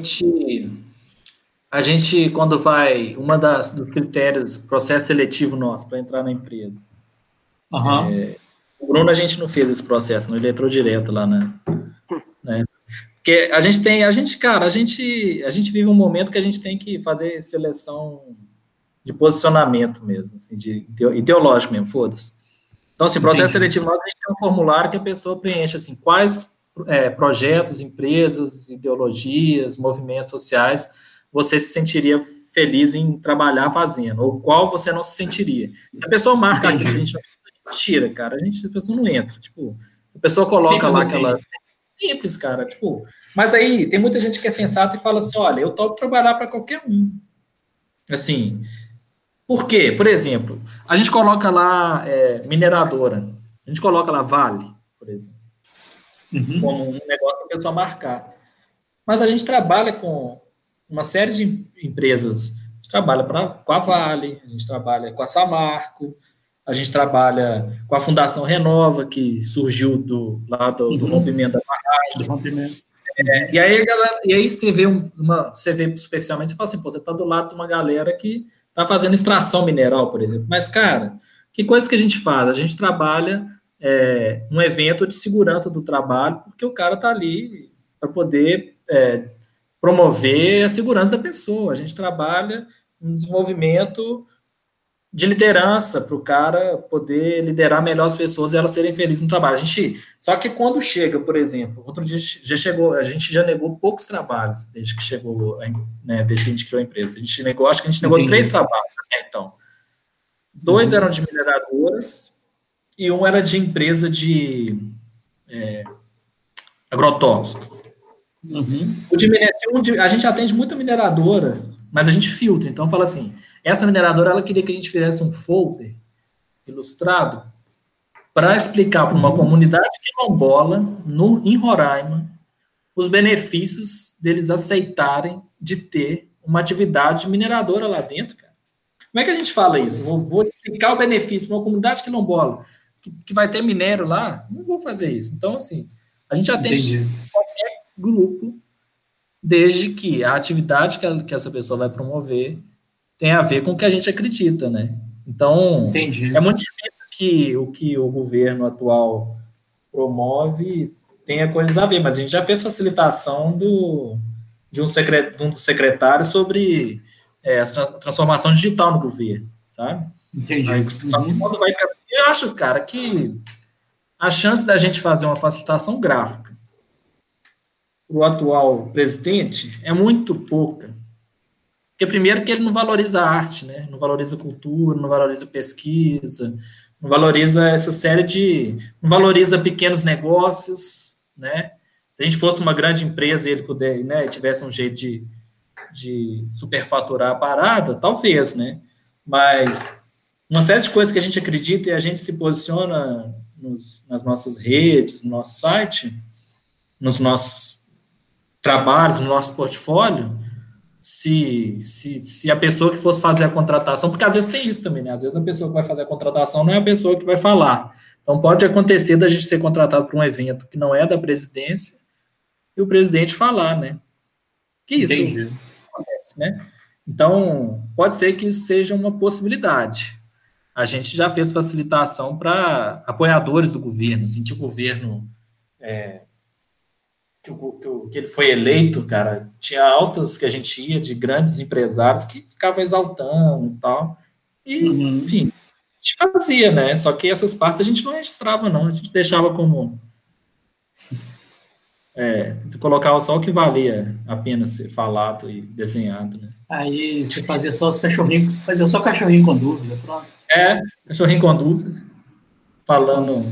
S1: a gente quando vai, dos critérios, processo seletivo nosso para entrar na empresa.
S2: Aham.
S1: O Bruno, a gente não fez esse processo, não, ele entrou direto lá, né? Porque cara, a gente vive um momento que a gente tem que fazer seleção de posicionamento mesmo, assim, ideológico mesmo, foda-se. Então, assim, processo
S2: Entendi.
S1: seletivo, a gente tem um formulário que a pessoa preenche, assim, quais projetos, empresas, ideologias, movimentos sociais você se sentiria feliz em trabalhar fazendo, ou qual você não se sentiria. Se a pessoa marca aquilo que a
S2: Entendi.
S1: gente não tira, cara, a pessoa não entra. Tipo, a pessoa coloca
S2: Simples
S1: lá
S2: assim.
S1: aquela. Simples, cara, tipo. Mas aí tem muita gente que é sensata e fala assim: olha, eu topo trabalhar para qualquer um. Assim, por quê? Por exemplo, a gente coloca lá mineradora, a gente coloca lá Vale, por exemplo,
S2: Uhum.
S1: como um negócio para a pessoa marcar. Mas a gente trabalha com uma série de empresas. A gente trabalha com a Vale, a gente trabalha com a Samarco, a gente trabalha com a Fundação Renova, que surgiu do
S2: Uhum.
S1: rompimento da baixo. E aí você vê você vê superficialmente, você fala assim, pô, você tá do lado de uma galera que tá fazendo extração mineral, por exemplo. Mas, cara, que coisa que a gente faz? A gente trabalha um evento de segurança do trabalho, porque o cara tá ali para poder promover a segurança da pessoa. A gente trabalha em desenvolvimento de liderança para o cara poder liderar melhor as pessoas e elas serem felizes no trabalho. Só que quando chega, por exemplo, outro dia a gente já negou poucos trabalhos desde que chegou, né, desde que a gente criou a empresa. Acho que a gente negou 3 trabalhos, né, então. 2 eram de mineradoras e um era de empresa de agrotóxico. A gente atende muita mineradora, mas a gente filtra. Então, fala assim, essa mineradora, ela queria que a gente fizesse um folder ilustrado para explicar para uma comunidade quilombola, em Roraima, os benefícios deles aceitarem de ter uma atividade mineradora lá dentro, cara. Como é que a gente fala isso? Vou explicar o benefício para uma comunidade quilombola que vai ter minério lá? Não vou fazer isso. Então, assim, a gente atende qualquer grupo, desde que a atividade que essa pessoa vai promover tem a ver com o que a gente acredita, né? Então, é muito difícil que o que o governo atual promove tenha coisas a ver, mas a gente já fez facilitação de um secretário sobre a transformação digital no governo, sabe?
S2: Entendi.
S1: Eu acho, cara, que a chance da gente fazer uma facilitação gráfica para o atual presidente é muito pouca. Porque, primeiro, que ele não valoriza a arte, né? Não valoriza a cultura, não valoriza a pesquisa, não valoriza essa série não valoriza pequenos negócios, né? Se a gente fosse uma grande empresa e ele puder, né, tivesse um jeito de superfaturar a parada, talvez, né? Mas uma série de coisas que a gente acredita e a gente se posiciona nas nossas redes, no nosso site, nos nossos trabalhos, no nosso portfólio, se a pessoa que fosse fazer a contratação, porque às vezes tem isso também, né? Às vezes a pessoa que vai fazer a contratação não é a pessoa que vai falar. Então pode acontecer da gente ser contratado para um evento que não é da presidência e o presidente falar, né? Que isso acontece, né? Então, pode ser que isso seja uma possibilidade. A gente já fez facilitação para apoiadores do governo, assim, que o governo que ele foi eleito, cara, tinha altas que a gente ia de grandes empresários que ficavam exaltando e tal. E, enfim, a gente fazia, né? Só que essas partes a gente não registrava, não. A gente deixava como... colocava só o que valia a pena ser falado e desenhado, né?
S2: Aí você fazia só os cachorrinhos, fazia só cachorrinho com dúvida, pronto.
S1: Cachorrinho com dúvida, falando...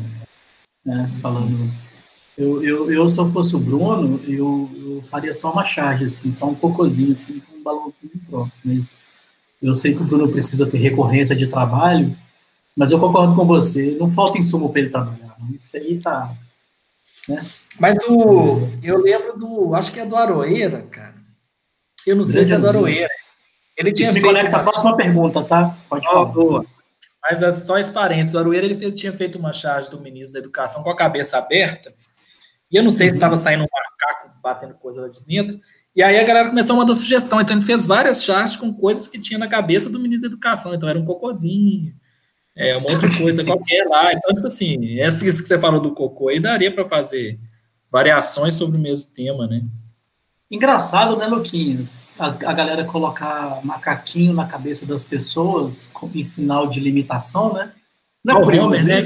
S2: Eu, se eu fosse o Bruno, eu faria só uma charge, assim, só um cocôzinho, assim, com um balãozinho e pronto. Mas eu sei que o Bruno precisa ter recorrência de trabalho, mas eu concordo com você, não falta insumo para ele trabalhar. Isso aí tá... Né?
S1: Mas eu lembro acho que é do Aroeira, cara. Eu não sei se é do Aroeira. Ele tinha
S2: Isso me conecta à próxima pergunta, tá? Pode falar.
S1: Boa. Mas é só esse parênteses. O Aroeira tinha feito uma charge do ministro da Educação com a cabeça aberta. E eu não sei se estava saindo um macaco batendo coisa lá de dentro. E aí a galera começou a mandar sugestão. Então ele fez várias charges com coisas que tinha na cabeça do ministro da Educação. Então era um cocôzinho, uma outra coisa qualquer lá. Então, tipo assim, isso que você falou do cocô aí daria para fazer variações sobre o mesmo tema, né?
S2: Engraçado, né, Luquinhas? A galera colocar macaquinho na cabeça das pessoas em sinal de limitação, né? Não é curioso, né?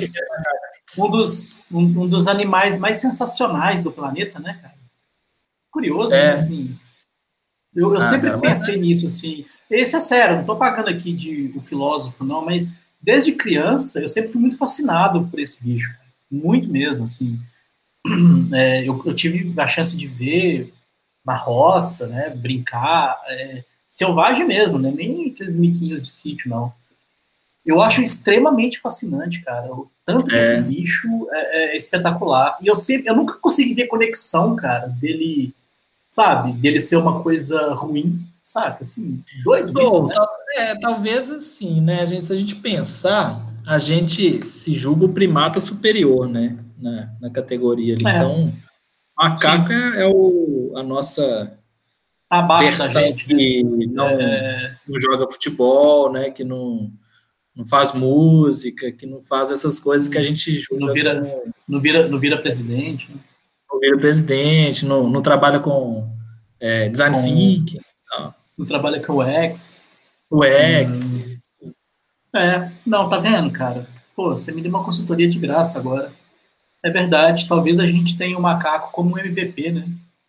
S2: Um dos animais mais sensacionais do planeta, né, cara? Curioso, né? Assim, eu sempre pensei nisso, assim. Esse é sério, não tô pagando aqui de um filósofo, não, mas desde criança eu sempre fui muito fascinado por esse bicho, cara. Muito mesmo, assim. Eu tive a chance de ver na roça, né, brincar, selvagem mesmo, né, nem aqueles miquinhos de sítio, não. Eu acho extremamente fascinante, cara. O tanto que esse bicho é espetacular. E eu nunca consegui ver conexão, cara, dele, sabe, dele ser uma coisa ruim, sabe, assim, doido isso, né?
S1: Talvez assim, né, se a gente pensar, a gente se julga o primata superior, né, na categoria ali. Então, Macaco é a nossa
S2: Tá abaixo da
S1: versão
S2: gente, né?
S1: que não joga futebol, né? Que não faz música, que não faz essas coisas que a gente
S2: Não
S1: julga
S2: vira,
S1: como
S2: não vira presidente, né?
S1: não vira presidente, não trabalha com design
S2: Com,
S1: thinking, tal.
S2: não trabalha com o X.
S1: O X.
S2: Não, tá vendo, cara? Pô, você me deu uma consultoria de graça agora. É verdade, talvez a gente tenha o macaco como um MVP, né?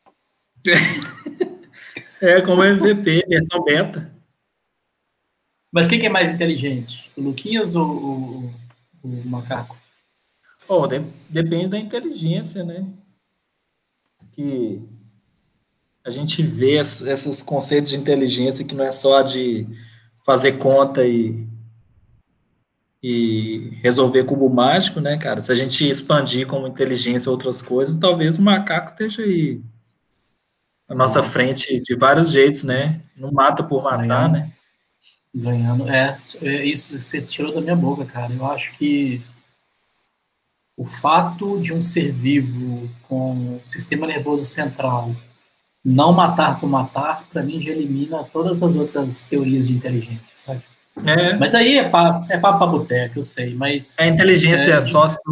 S1: Como MVP, versão beta.
S2: Mas quem que é mais inteligente? O Luquinhas ou o macaco?
S1: Oh, depende da inteligência, né? Que a gente vê esses conceitos de inteligência que não é só de fazer conta e resolver cubo mágico, né, cara? Se a gente expandir como inteligência outras coisas, talvez o macaco esteja aí à nossa
S2: Ó,
S1: frente de vários jeitos, né? Não mata por matar,
S2: ganhando,
S1: né?
S2: ganhando. Isso você tirou da minha boca, cara. Eu acho que o fato de um ser vivo com sistema nervoso central não matar por matar, para mim já elimina todas as outras teorias de inteligência, sabe?
S1: É,
S2: Mas aí é papo pra boteca, eu sei, mas
S1: a inteligência
S2: é,
S1: é
S2: de,
S1: sócio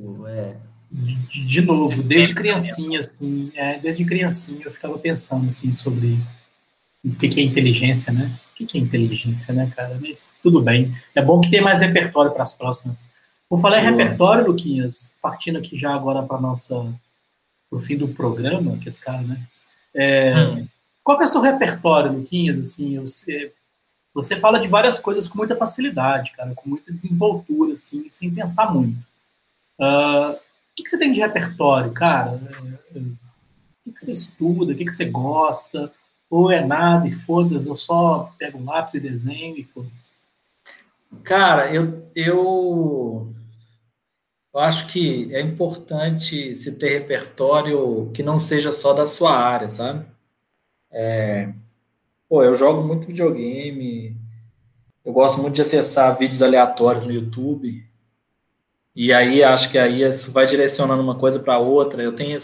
S2: de novo, desde
S1: sistêmica.
S2: criancinha, assim, desde criancinha eu ficava pensando, assim, sobre o que é inteligência, né? O que é inteligência, né, cara? Mas tudo bem. É bom que tem mais repertório para as próximas. Vou falar em
S1: Boa.
S2: repertório, Luquinhas, partindo aqui já agora para o fim do programa, que esse cara, né?
S1: Hum.
S2: Qual que é o seu repertório, Luquinhas? Assim, você fala de várias coisas com muita facilidade, cara, com muita desenvoltura, assim, sem pensar muito. O que você tem de repertório, cara? O que você estuda? O que você gosta? Ou é nada e foda-se, eu só pego um lápis e desenho e foda-se.
S1: Cara, eu acho que é importante se ter repertório que não seja só da sua área, sabe? Pô, eu jogo muito videogame, eu gosto muito de acessar vídeos aleatórios no YouTube, e aí acho que aí isso vai direcionando uma coisa para outra. Eu tenho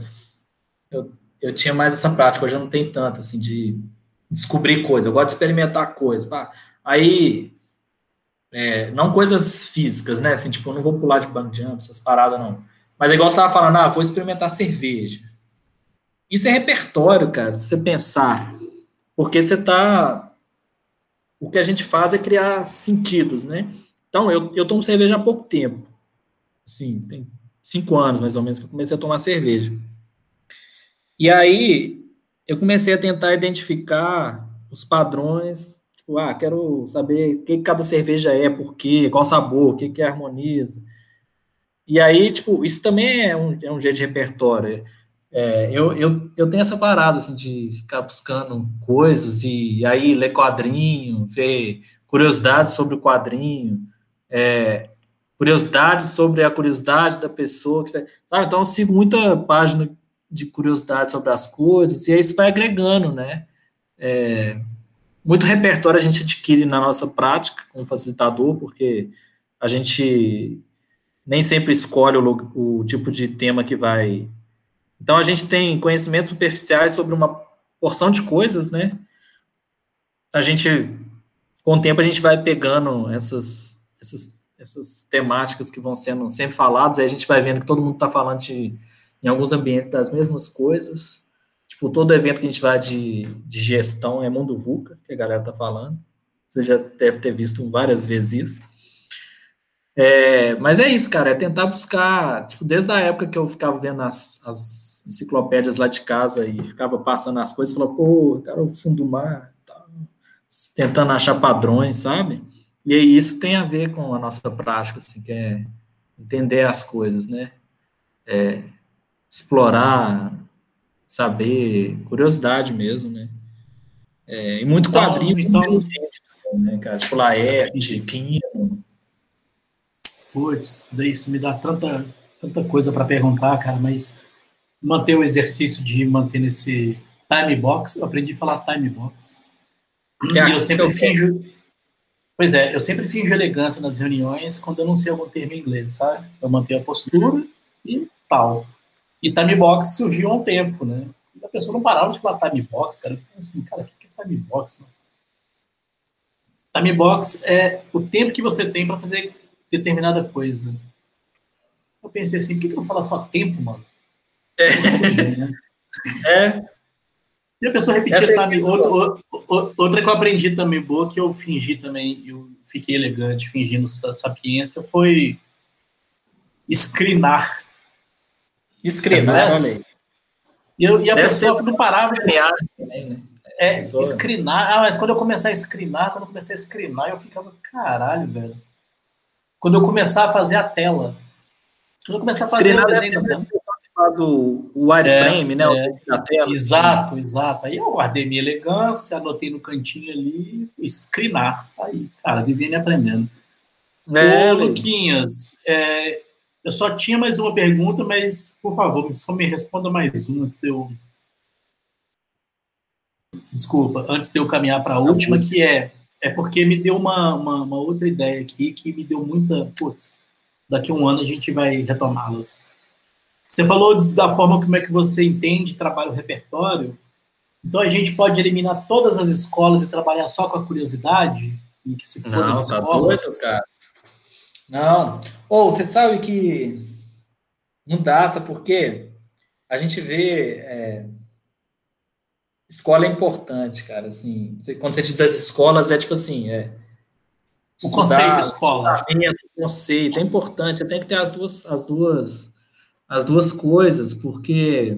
S1: eu tinha mais essa prática, hoje eu não tenho tanto, assim, de descobrir coisas, eu gosto de experimentar coisas. Pá. Aí, não coisas físicas, né? Assim, tipo, eu não vou pular de bungee jump, essas paradas, não. Mas é igual você estava falando, vou experimentar cerveja. Isso é repertório, cara, se você pensar. Porque você tá. O que a gente faz é criar sentidos, né? Então, eu tomo cerveja há pouco tempo. Assim, tem 5 anos, mais ou menos, que eu comecei a tomar cerveja. E aí, eu comecei a tentar identificar os padrões. Tipo, quero saber o que cada cerveja é, por quê, qual sabor, o que harmoniza. E aí, tipo, isso também é um jeito de repertório. Eu tenho essa parada, assim, de ficar buscando coisas e aí ler quadrinho, ver curiosidades sobre o quadrinho, curiosidades sobre a curiosidade da pessoa, sabe? Então eu sigo muita página de curiosidade sobre as coisas e aí isso vai agregando, né? Muito repertório a gente adquire na nossa prática como facilitador, porque a gente nem sempre escolhe o tipo de tema que vai. Então a gente tem conhecimentos superficiais sobre uma porção de coisas, né? A gente, com o tempo, a gente vai pegando essas temáticas que vão sendo sempre faladas, aí a gente vai vendo que todo mundo está falando em alguns ambientes das mesmas coisas. Tipo, todo evento que a gente vai de gestão é Mundo VUCA, que a galera está falando. Você já deve ter visto várias vezes isso. Mas é isso, cara, é tentar buscar, tipo, desde a época que eu ficava vendo as enciclopédias lá de casa e ficava passando as coisas, falava, pô, cara, o fundo do mar, tá, tentando achar padrões, sabe? E aí isso tem a ver com a nossa prática, assim, que é entender as coisas, né? Explorar, saber, curiosidade mesmo, né? E muito quadrinho
S2: Então,
S1: inteligente, né, cara? Tipo, Laerte, Kim.
S2: putz, daí isso me dá tanta coisa para perguntar, cara, mas manter o exercício de manter nesse time box, eu aprendi a falar time box. E eu
S1: Que é
S2: sempre
S1: o quê?
S2: finjo, pois é, eu sempre finjo elegância nas reuniões quando eu não sei algum termo em inglês, sabe? Eu mantenho a postura e tal. E time box surgiu há um tempo, né? A pessoa não parava de falar time box, cara. Eu ficava assim, cara, o que é time box, mano? Time box é o tempo que você tem para fazer determinada coisa. Eu pensei assim, por que não fala só tempo, mano? Tudo bem, né? E a pessoa repetia time. Outra que eu aprendi também, boa, que eu fingi também, eu fiquei elegante fingindo sapiência, foi screenar.
S1: Screenar, olha aí.
S2: E a pessoa não parava.
S1: Também, né?
S2: Screenar. Mas quando eu comecei a screenar, eu ficava, caralho, velho. Quando eu começar a fazer a tela. Quando eu começar a fazer o desenho da tela.
S1: Faz o wireframe, né?
S2: Da tela, exato. Aí eu guardei minha elegância, anotei no cantinho ali, screenar. Tá aí, cara, vivendo e aprendendo. Ô, Luquinhas, eu só tinha mais uma pergunta, mas, por favor, só me responda mais uma antes de eu... Desculpa, antes de eu caminhar para a última, que é porque me deu uma outra ideia aqui, que me deu muita... Putz, daqui a um ano a gente vai retomá-las. Você falou da forma como é que você entende e trabalha o repertório. Então a gente pode eliminar todas as escolas e trabalhar só com a curiosidade? E que se for as escolas...
S1: Tá doido, cara. Não. Você sabe que não dá, sabe por quê? A gente vê... Escola é importante, cara. Assim, quando você diz das escolas, é tipo assim...
S2: o conceito escola.
S1: O conceito é importante. Você tem que ter as duas coisas, porque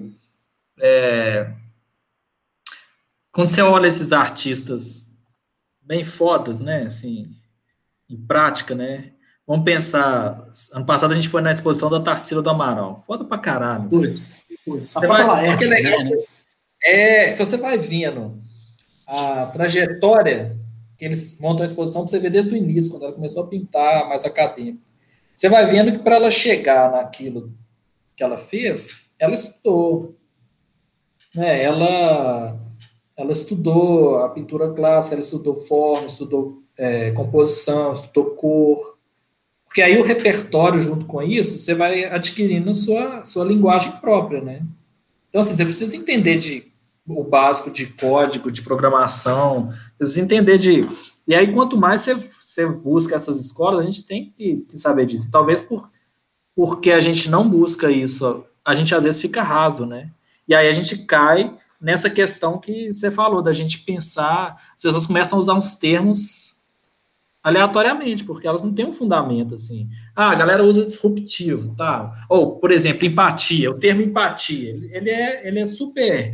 S1: quando você olha esses artistas bem fodas, né, assim, em prática, né, vamos pensar, ano passado a gente foi na exposição da Tarsila do Amaral, foda pra caralho.
S2: Putz.
S1: Que é legal, né? Se você vai vendo a trajetória que eles montam a exposição, pra você ver desde o início, quando ela começou a pintar mais acadêmico, você vai vendo que para ela chegar naquilo que ela fez, ela estudou, né? Ela estudou a pintura clássica, ela estudou forma, estudou composição, estudou cor, porque aí o repertório junto com isso, você vai adquirindo sua linguagem própria, né? Então, assim, você precisa entender o básico de código, de programação, você precisa entender E aí, quanto mais você busca essas escolas, a gente tem que saber disso. Talvez porque a gente não busca isso, a gente às vezes fica raso, né? E aí a gente cai nessa questão que você falou, da gente pensar, as pessoas começam a usar uns termos aleatoriamente, porque elas não têm um fundamento, assim. A galera usa disruptivo, tá? Ou, por exemplo, empatia, o termo empatia, ele é super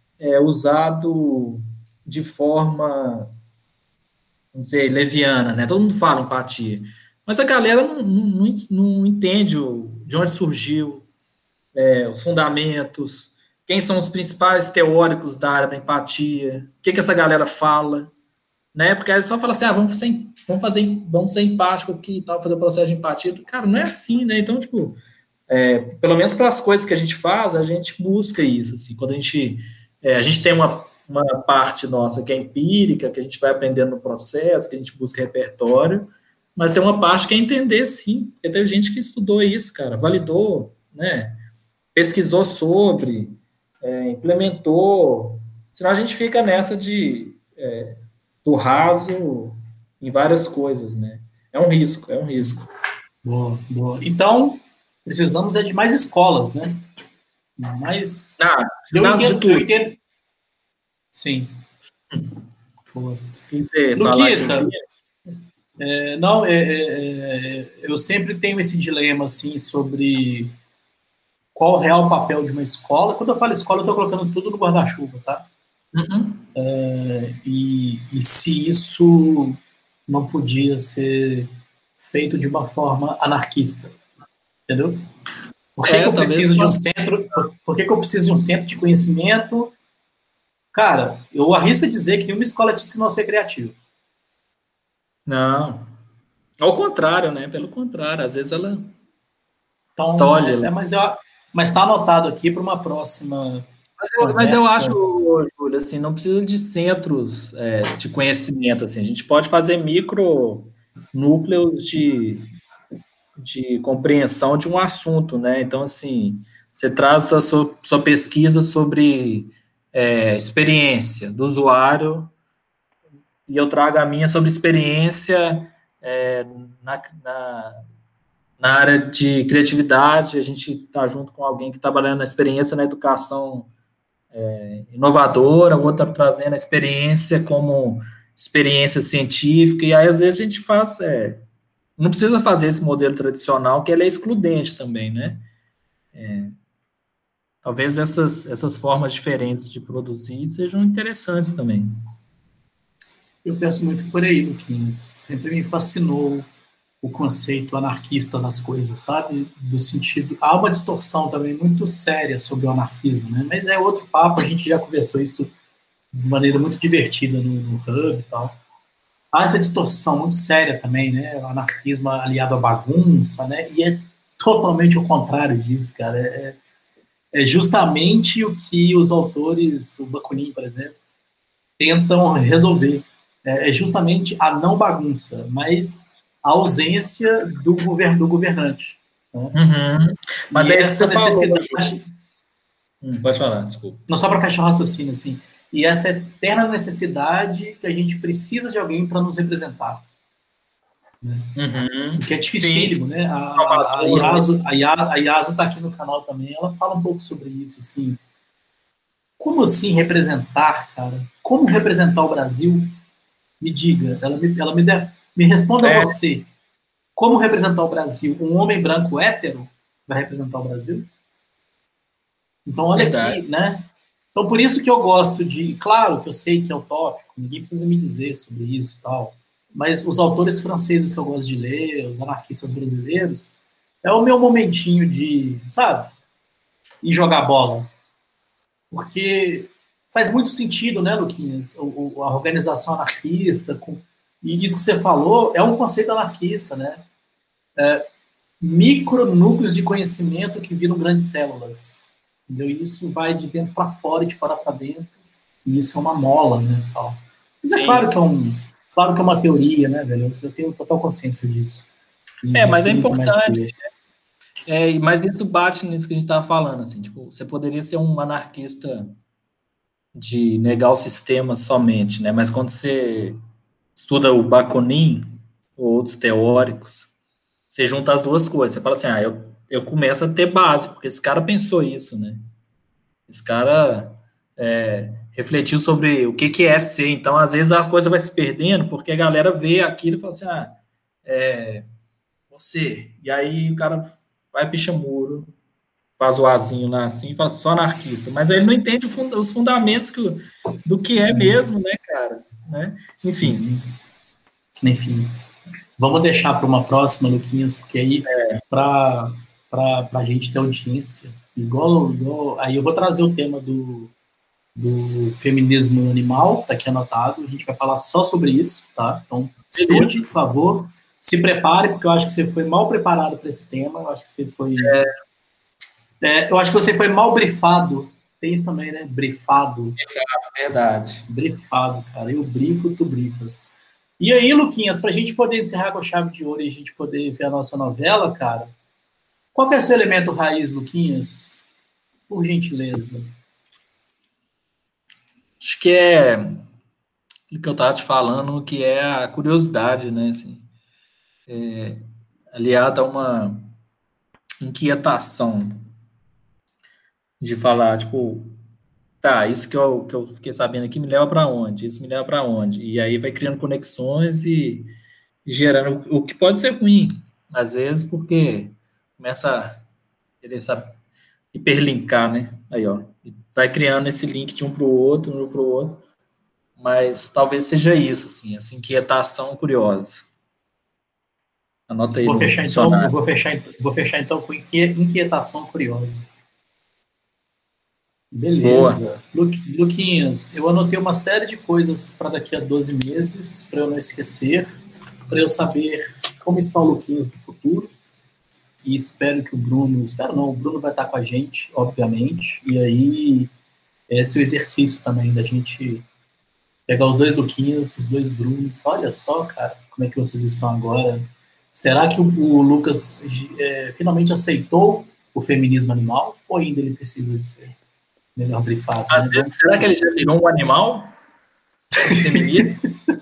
S1: usado de forma, vamos dizer, leviana, né? Todo mundo fala empatia. Mas a galera não entende de onde surgiu, os fundamentos, quem são os principais teóricos da área da empatia, o que essa galera fala, né? Porque aí só fala assim, vamos ser empático aqui e tal, fazer o processo de empatia. Cara, não é assim, né? Então, tipo, pelo menos para as coisas que a gente faz, a gente busca isso, assim, quando a gente tem uma parte nossa que é empírica, que a gente vai aprendendo no processo, que a gente busca repertório, mas tem uma parte que é entender, sim, porque teve gente que estudou isso, cara, validou, né, pesquisou sobre, implementou, senão a gente fica nessa do raso em várias coisas, né, é um risco.
S2: Boa. Então, precisamos de mais escolas, né? Mais...
S1: de tudo.
S2: Eu entendo. Sim. Boa.
S1: Luquita,
S2: eu sempre tenho esse dilema, assim, sobre qual o real papel de uma escola. Quando eu falo escola, eu estou colocando tudo no guarda-chuva, tá?
S1: Uhum.
S2: E se isso não podia ser feito de uma forma anarquista, entendeu? Por que eu preciso de um centro? Por que eu preciso de um centro de conhecimento? Cara, eu arrisco a dizer que nenhuma escola te ensinou a ser criativo.
S1: Não. Ao contrário, né? Pelo contrário, às vezes ela
S2: tolhe. Mas está anotado aqui para uma próxima.
S1: Mas eu acho, Júlio, assim, não precisa de centros de conhecimento. Assim, a gente pode fazer micro núcleos de compreensão de um assunto, né? Então, assim, você traz a sua pesquisa sobre experiência do usuário, e eu trago a minha sobre experiência na área de criatividade. A gente está junto com alguém que está trabalhando na experiência na educação inovadora, outra trazendo a experiência como experiência científica, e aí às vezes a gente faz, não precisa fazer esse modelo tradicional, que ele é excludente também, né? Talvez essas formas diferentes de produzir sejam interessantes também.
S2: Eu penso muito por aí, Luquinhas. Sempre me fascinou o conceito anarquista das coisas, sabe? Do sentido... Há uma distorção também muito séria sobre o anarquismo, né? Mas é outro papo, a gente já conversou isso de maneira muito divertida no Hub e tal. Há essa distorção muito séria também, né? O anarquismo aliado à bagunça, né? E é totalmente o contrário disso, cara. É justamente o que os autores, o Bakunin, por exemplo, tentam resolver. É justamente a não bagunça, mas a ausência do governante. Né?
S1: Uhum. Mas
S2: e
S1: é
S2: essa necessidade...
S1: Pode falar, desculpa.
S2: Não, só para fechar o raciocínio, assim. E essa eterna necessidade que a gente precisa de alguém para nos representar. Né?
S1: Uhum.
S2: Que é dificílimo, né? A Yasu está aqui no canal também, ela fala um pouco sobre isso, assim. Como assim representar, cara? Como representar o Brasil? Me diga, me responda você. Como representar o Brasil? Um homem branco hétero vai representar o Brasil? Então, olha aqui, né? Então, por isso que eu gosto de... Claro que eu sei que é utópico, ninguém precisa me dizer sobre isso e tal, mas os autores franceses que eu gosto de ler, os anarquistas brasileiros, é o meu momentinho de, sabe? Ir jogar bola. Porque faz muito sentido, né, Luquinhas? A organização anarquista, e isso que você falou é um conceito anarquista, né? Micronúcleos de conhecimento que viram grandes células. Entendeu? Isso vai de dentro para fora e de fora para dentro. E isso é uma mola, né? Tal. Mas é claro que é uma teoria, né, velho? Eu tenho total consciência disso.
S1: Mas é importante. Mas isso bate nisso que a gente estava falando, assim, tipo, você poderia ser um anarquista de negar o sistema somente, né? Mas quando você estuda o Bakunin ou outros teóricos, você junta as duas coisas. Você fala assim, eu começo a ter base, porque esse cara pensou isso, né? Esse cara refletiu sobre o que é ser. Então, às vezes, a coisa vai se perdendo, porque a galera vê aquilo e fala assim, você. E aí o cara vai picha muro, faz o azinho lá assim, fala só anarquista. Mas ele não entende os fundamentos do que é mesmo, né, cara? Né? Enfim.
S2: Vamos deixar para uma próxima, Luquinhas, porque aí, para a gente ter audiência, igual. Aí eu vou trazer o tema do feminismo animal, tá aqui anotado, a gente vai falar só sobre isso, tá? Então, estude, por favor, se prepare, porque eu acho que você foi mal preparado para esse tema, eu acho que você foi... eu acho que você foi mal brifado, tem isso também, né? Brifado.
S1: Verdade.
S2: Brifado, cara, eu brifo, tu brifas. E aí, Luquinhas, pra gente poder encerrar com a chave de ouro e a gente poder ver a nossa novela, cara, qual que é o seu elemento raiz, Luquinhas? Por gentileza.
S1: Acho que é o que eu estava te falando, que é a curiosidade, né? Assim, aliada a uma inquietação de falar, tipo, tá, isso que eu fiquei sabendo aqui me leva para onde? Isso me leva para onde? E aí vai criando conexões e gerando o que pode ser ruim, às vezes, porque começa a querer hiperlinkar, né? Aí, ó, vai criando esse link de um para o outro, mas talvez seja isso, assim, essa inquietação curiosa. Anota aí. Vou
S2: fechar então com inquietação curiosa. Beleza. Luquinhas, eu anotei uma série de coisas para daqui a 12 meses, para eu não esquecer, para eu saber como está o Luquinhas no futuro. E espero que o Bruno vai estar com a gente, obviamente. E aí, esse é o exercício também da gente pegar os dois Luquinhas, os dois Brunos. Olha só, cara, como é que vocês estão agora. Será que o Lucas finalmente aceitou o feminismo animal, ou ainda ele precisa de ser melhor brifado?
S1: Às vezes, será que ele já virou um animal feminino?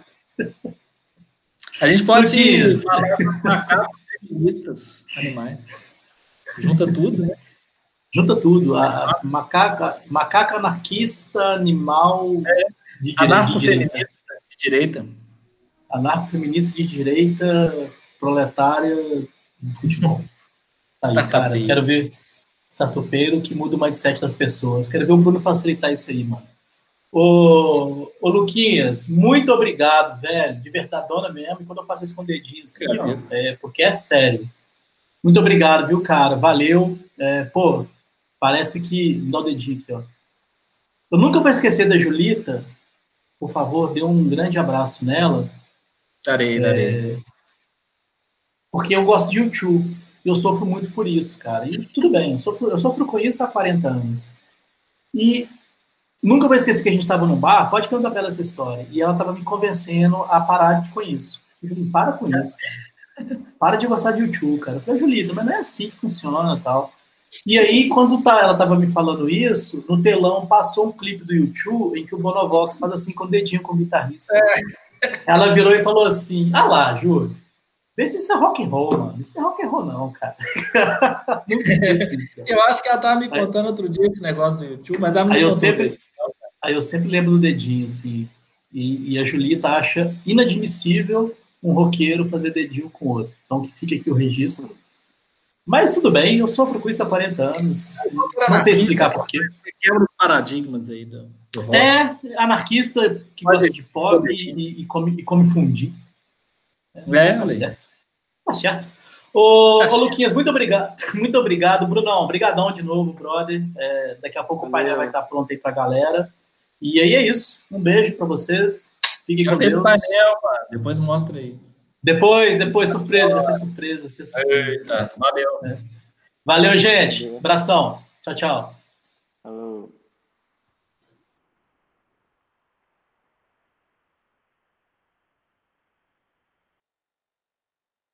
S1: A gente pode falar de macacos feministas animais. Junta tudo, né?
S2: Junta tudo. A macaca anarquista, animal de direita.
S1: Anarcofeminista de direita.
S2: Anarcofeminista de direita, proletária de futebol. Aí, cara, quero ver startupeiro que muda o mindset das pessoas. Quero ver o Bruno facilitar isso aí, mano. Ô Luquinhas, muito obrigado, velho. De verdadona mesmo. E quando eu faço esse com o dedinho assim, ó, porque é sério. Muito obrigado, viu, cara? Valeu. Pô, parece que... Dá o dedinho aqui, ó. Eu nunca vou esquecer da Julita. Por favor, dê um grande abraço nela.
S1: Darei.
S2: Porque eu gosto de YouTube. Eu sofro muito por isso, cara. E tudo bem, eu sofro com isso há 40 anos. E nunca vou esquecer que a gente estava num bar, pode perguntar pra ela essa história. E ela estava me convencendo a parar com isso. Eu falei, para com isso, cara. Para de gostar de YouTube, cara. Eu falei, Julita, mas não é assim que funciona e tal. E aí, quando ela estava me falando isso, no telão passou um clipe do YouTube em que o Bonovox faz assim com o dedinho com o guitarrista. Ela virou e falou assim, lá, Júlio, vê se isso é rock and roll, mano. Isso não é rock and roll, não, cara.
S1: Eu acho que ela tava me contando outro dia esse negócio do YouTube, mas ela
S2: aí eu sempre lembro do dedinho, assim. E a Julita acha inadmissível um roqueiro fazer dedinho com o outro. Então, que fica aqui o registro. Mas tudo bem, eu sofro com isso há 40 anos. Não sei explicar por quê.
S1: Quebra os paradigmas aí do rock.
S2: Anarquista que gosta de pop e come fundir. Tá certo. Ô, Luquinhas, muito obrigado. Muito obrigado. Brunão, brigadão de novo, brother. Daqui a pouco o painel vai estar pronto aí pra galera. E aí é isso. Um beijo pra vocês. Fiquem com Deus.
S1: Painel, mano. Depois mostra aí.
S2: Depois, surpresa. Vai ser surpresa.
S1: Valeu.
S2: Valeu, gente. Abração. Tchau, tchau.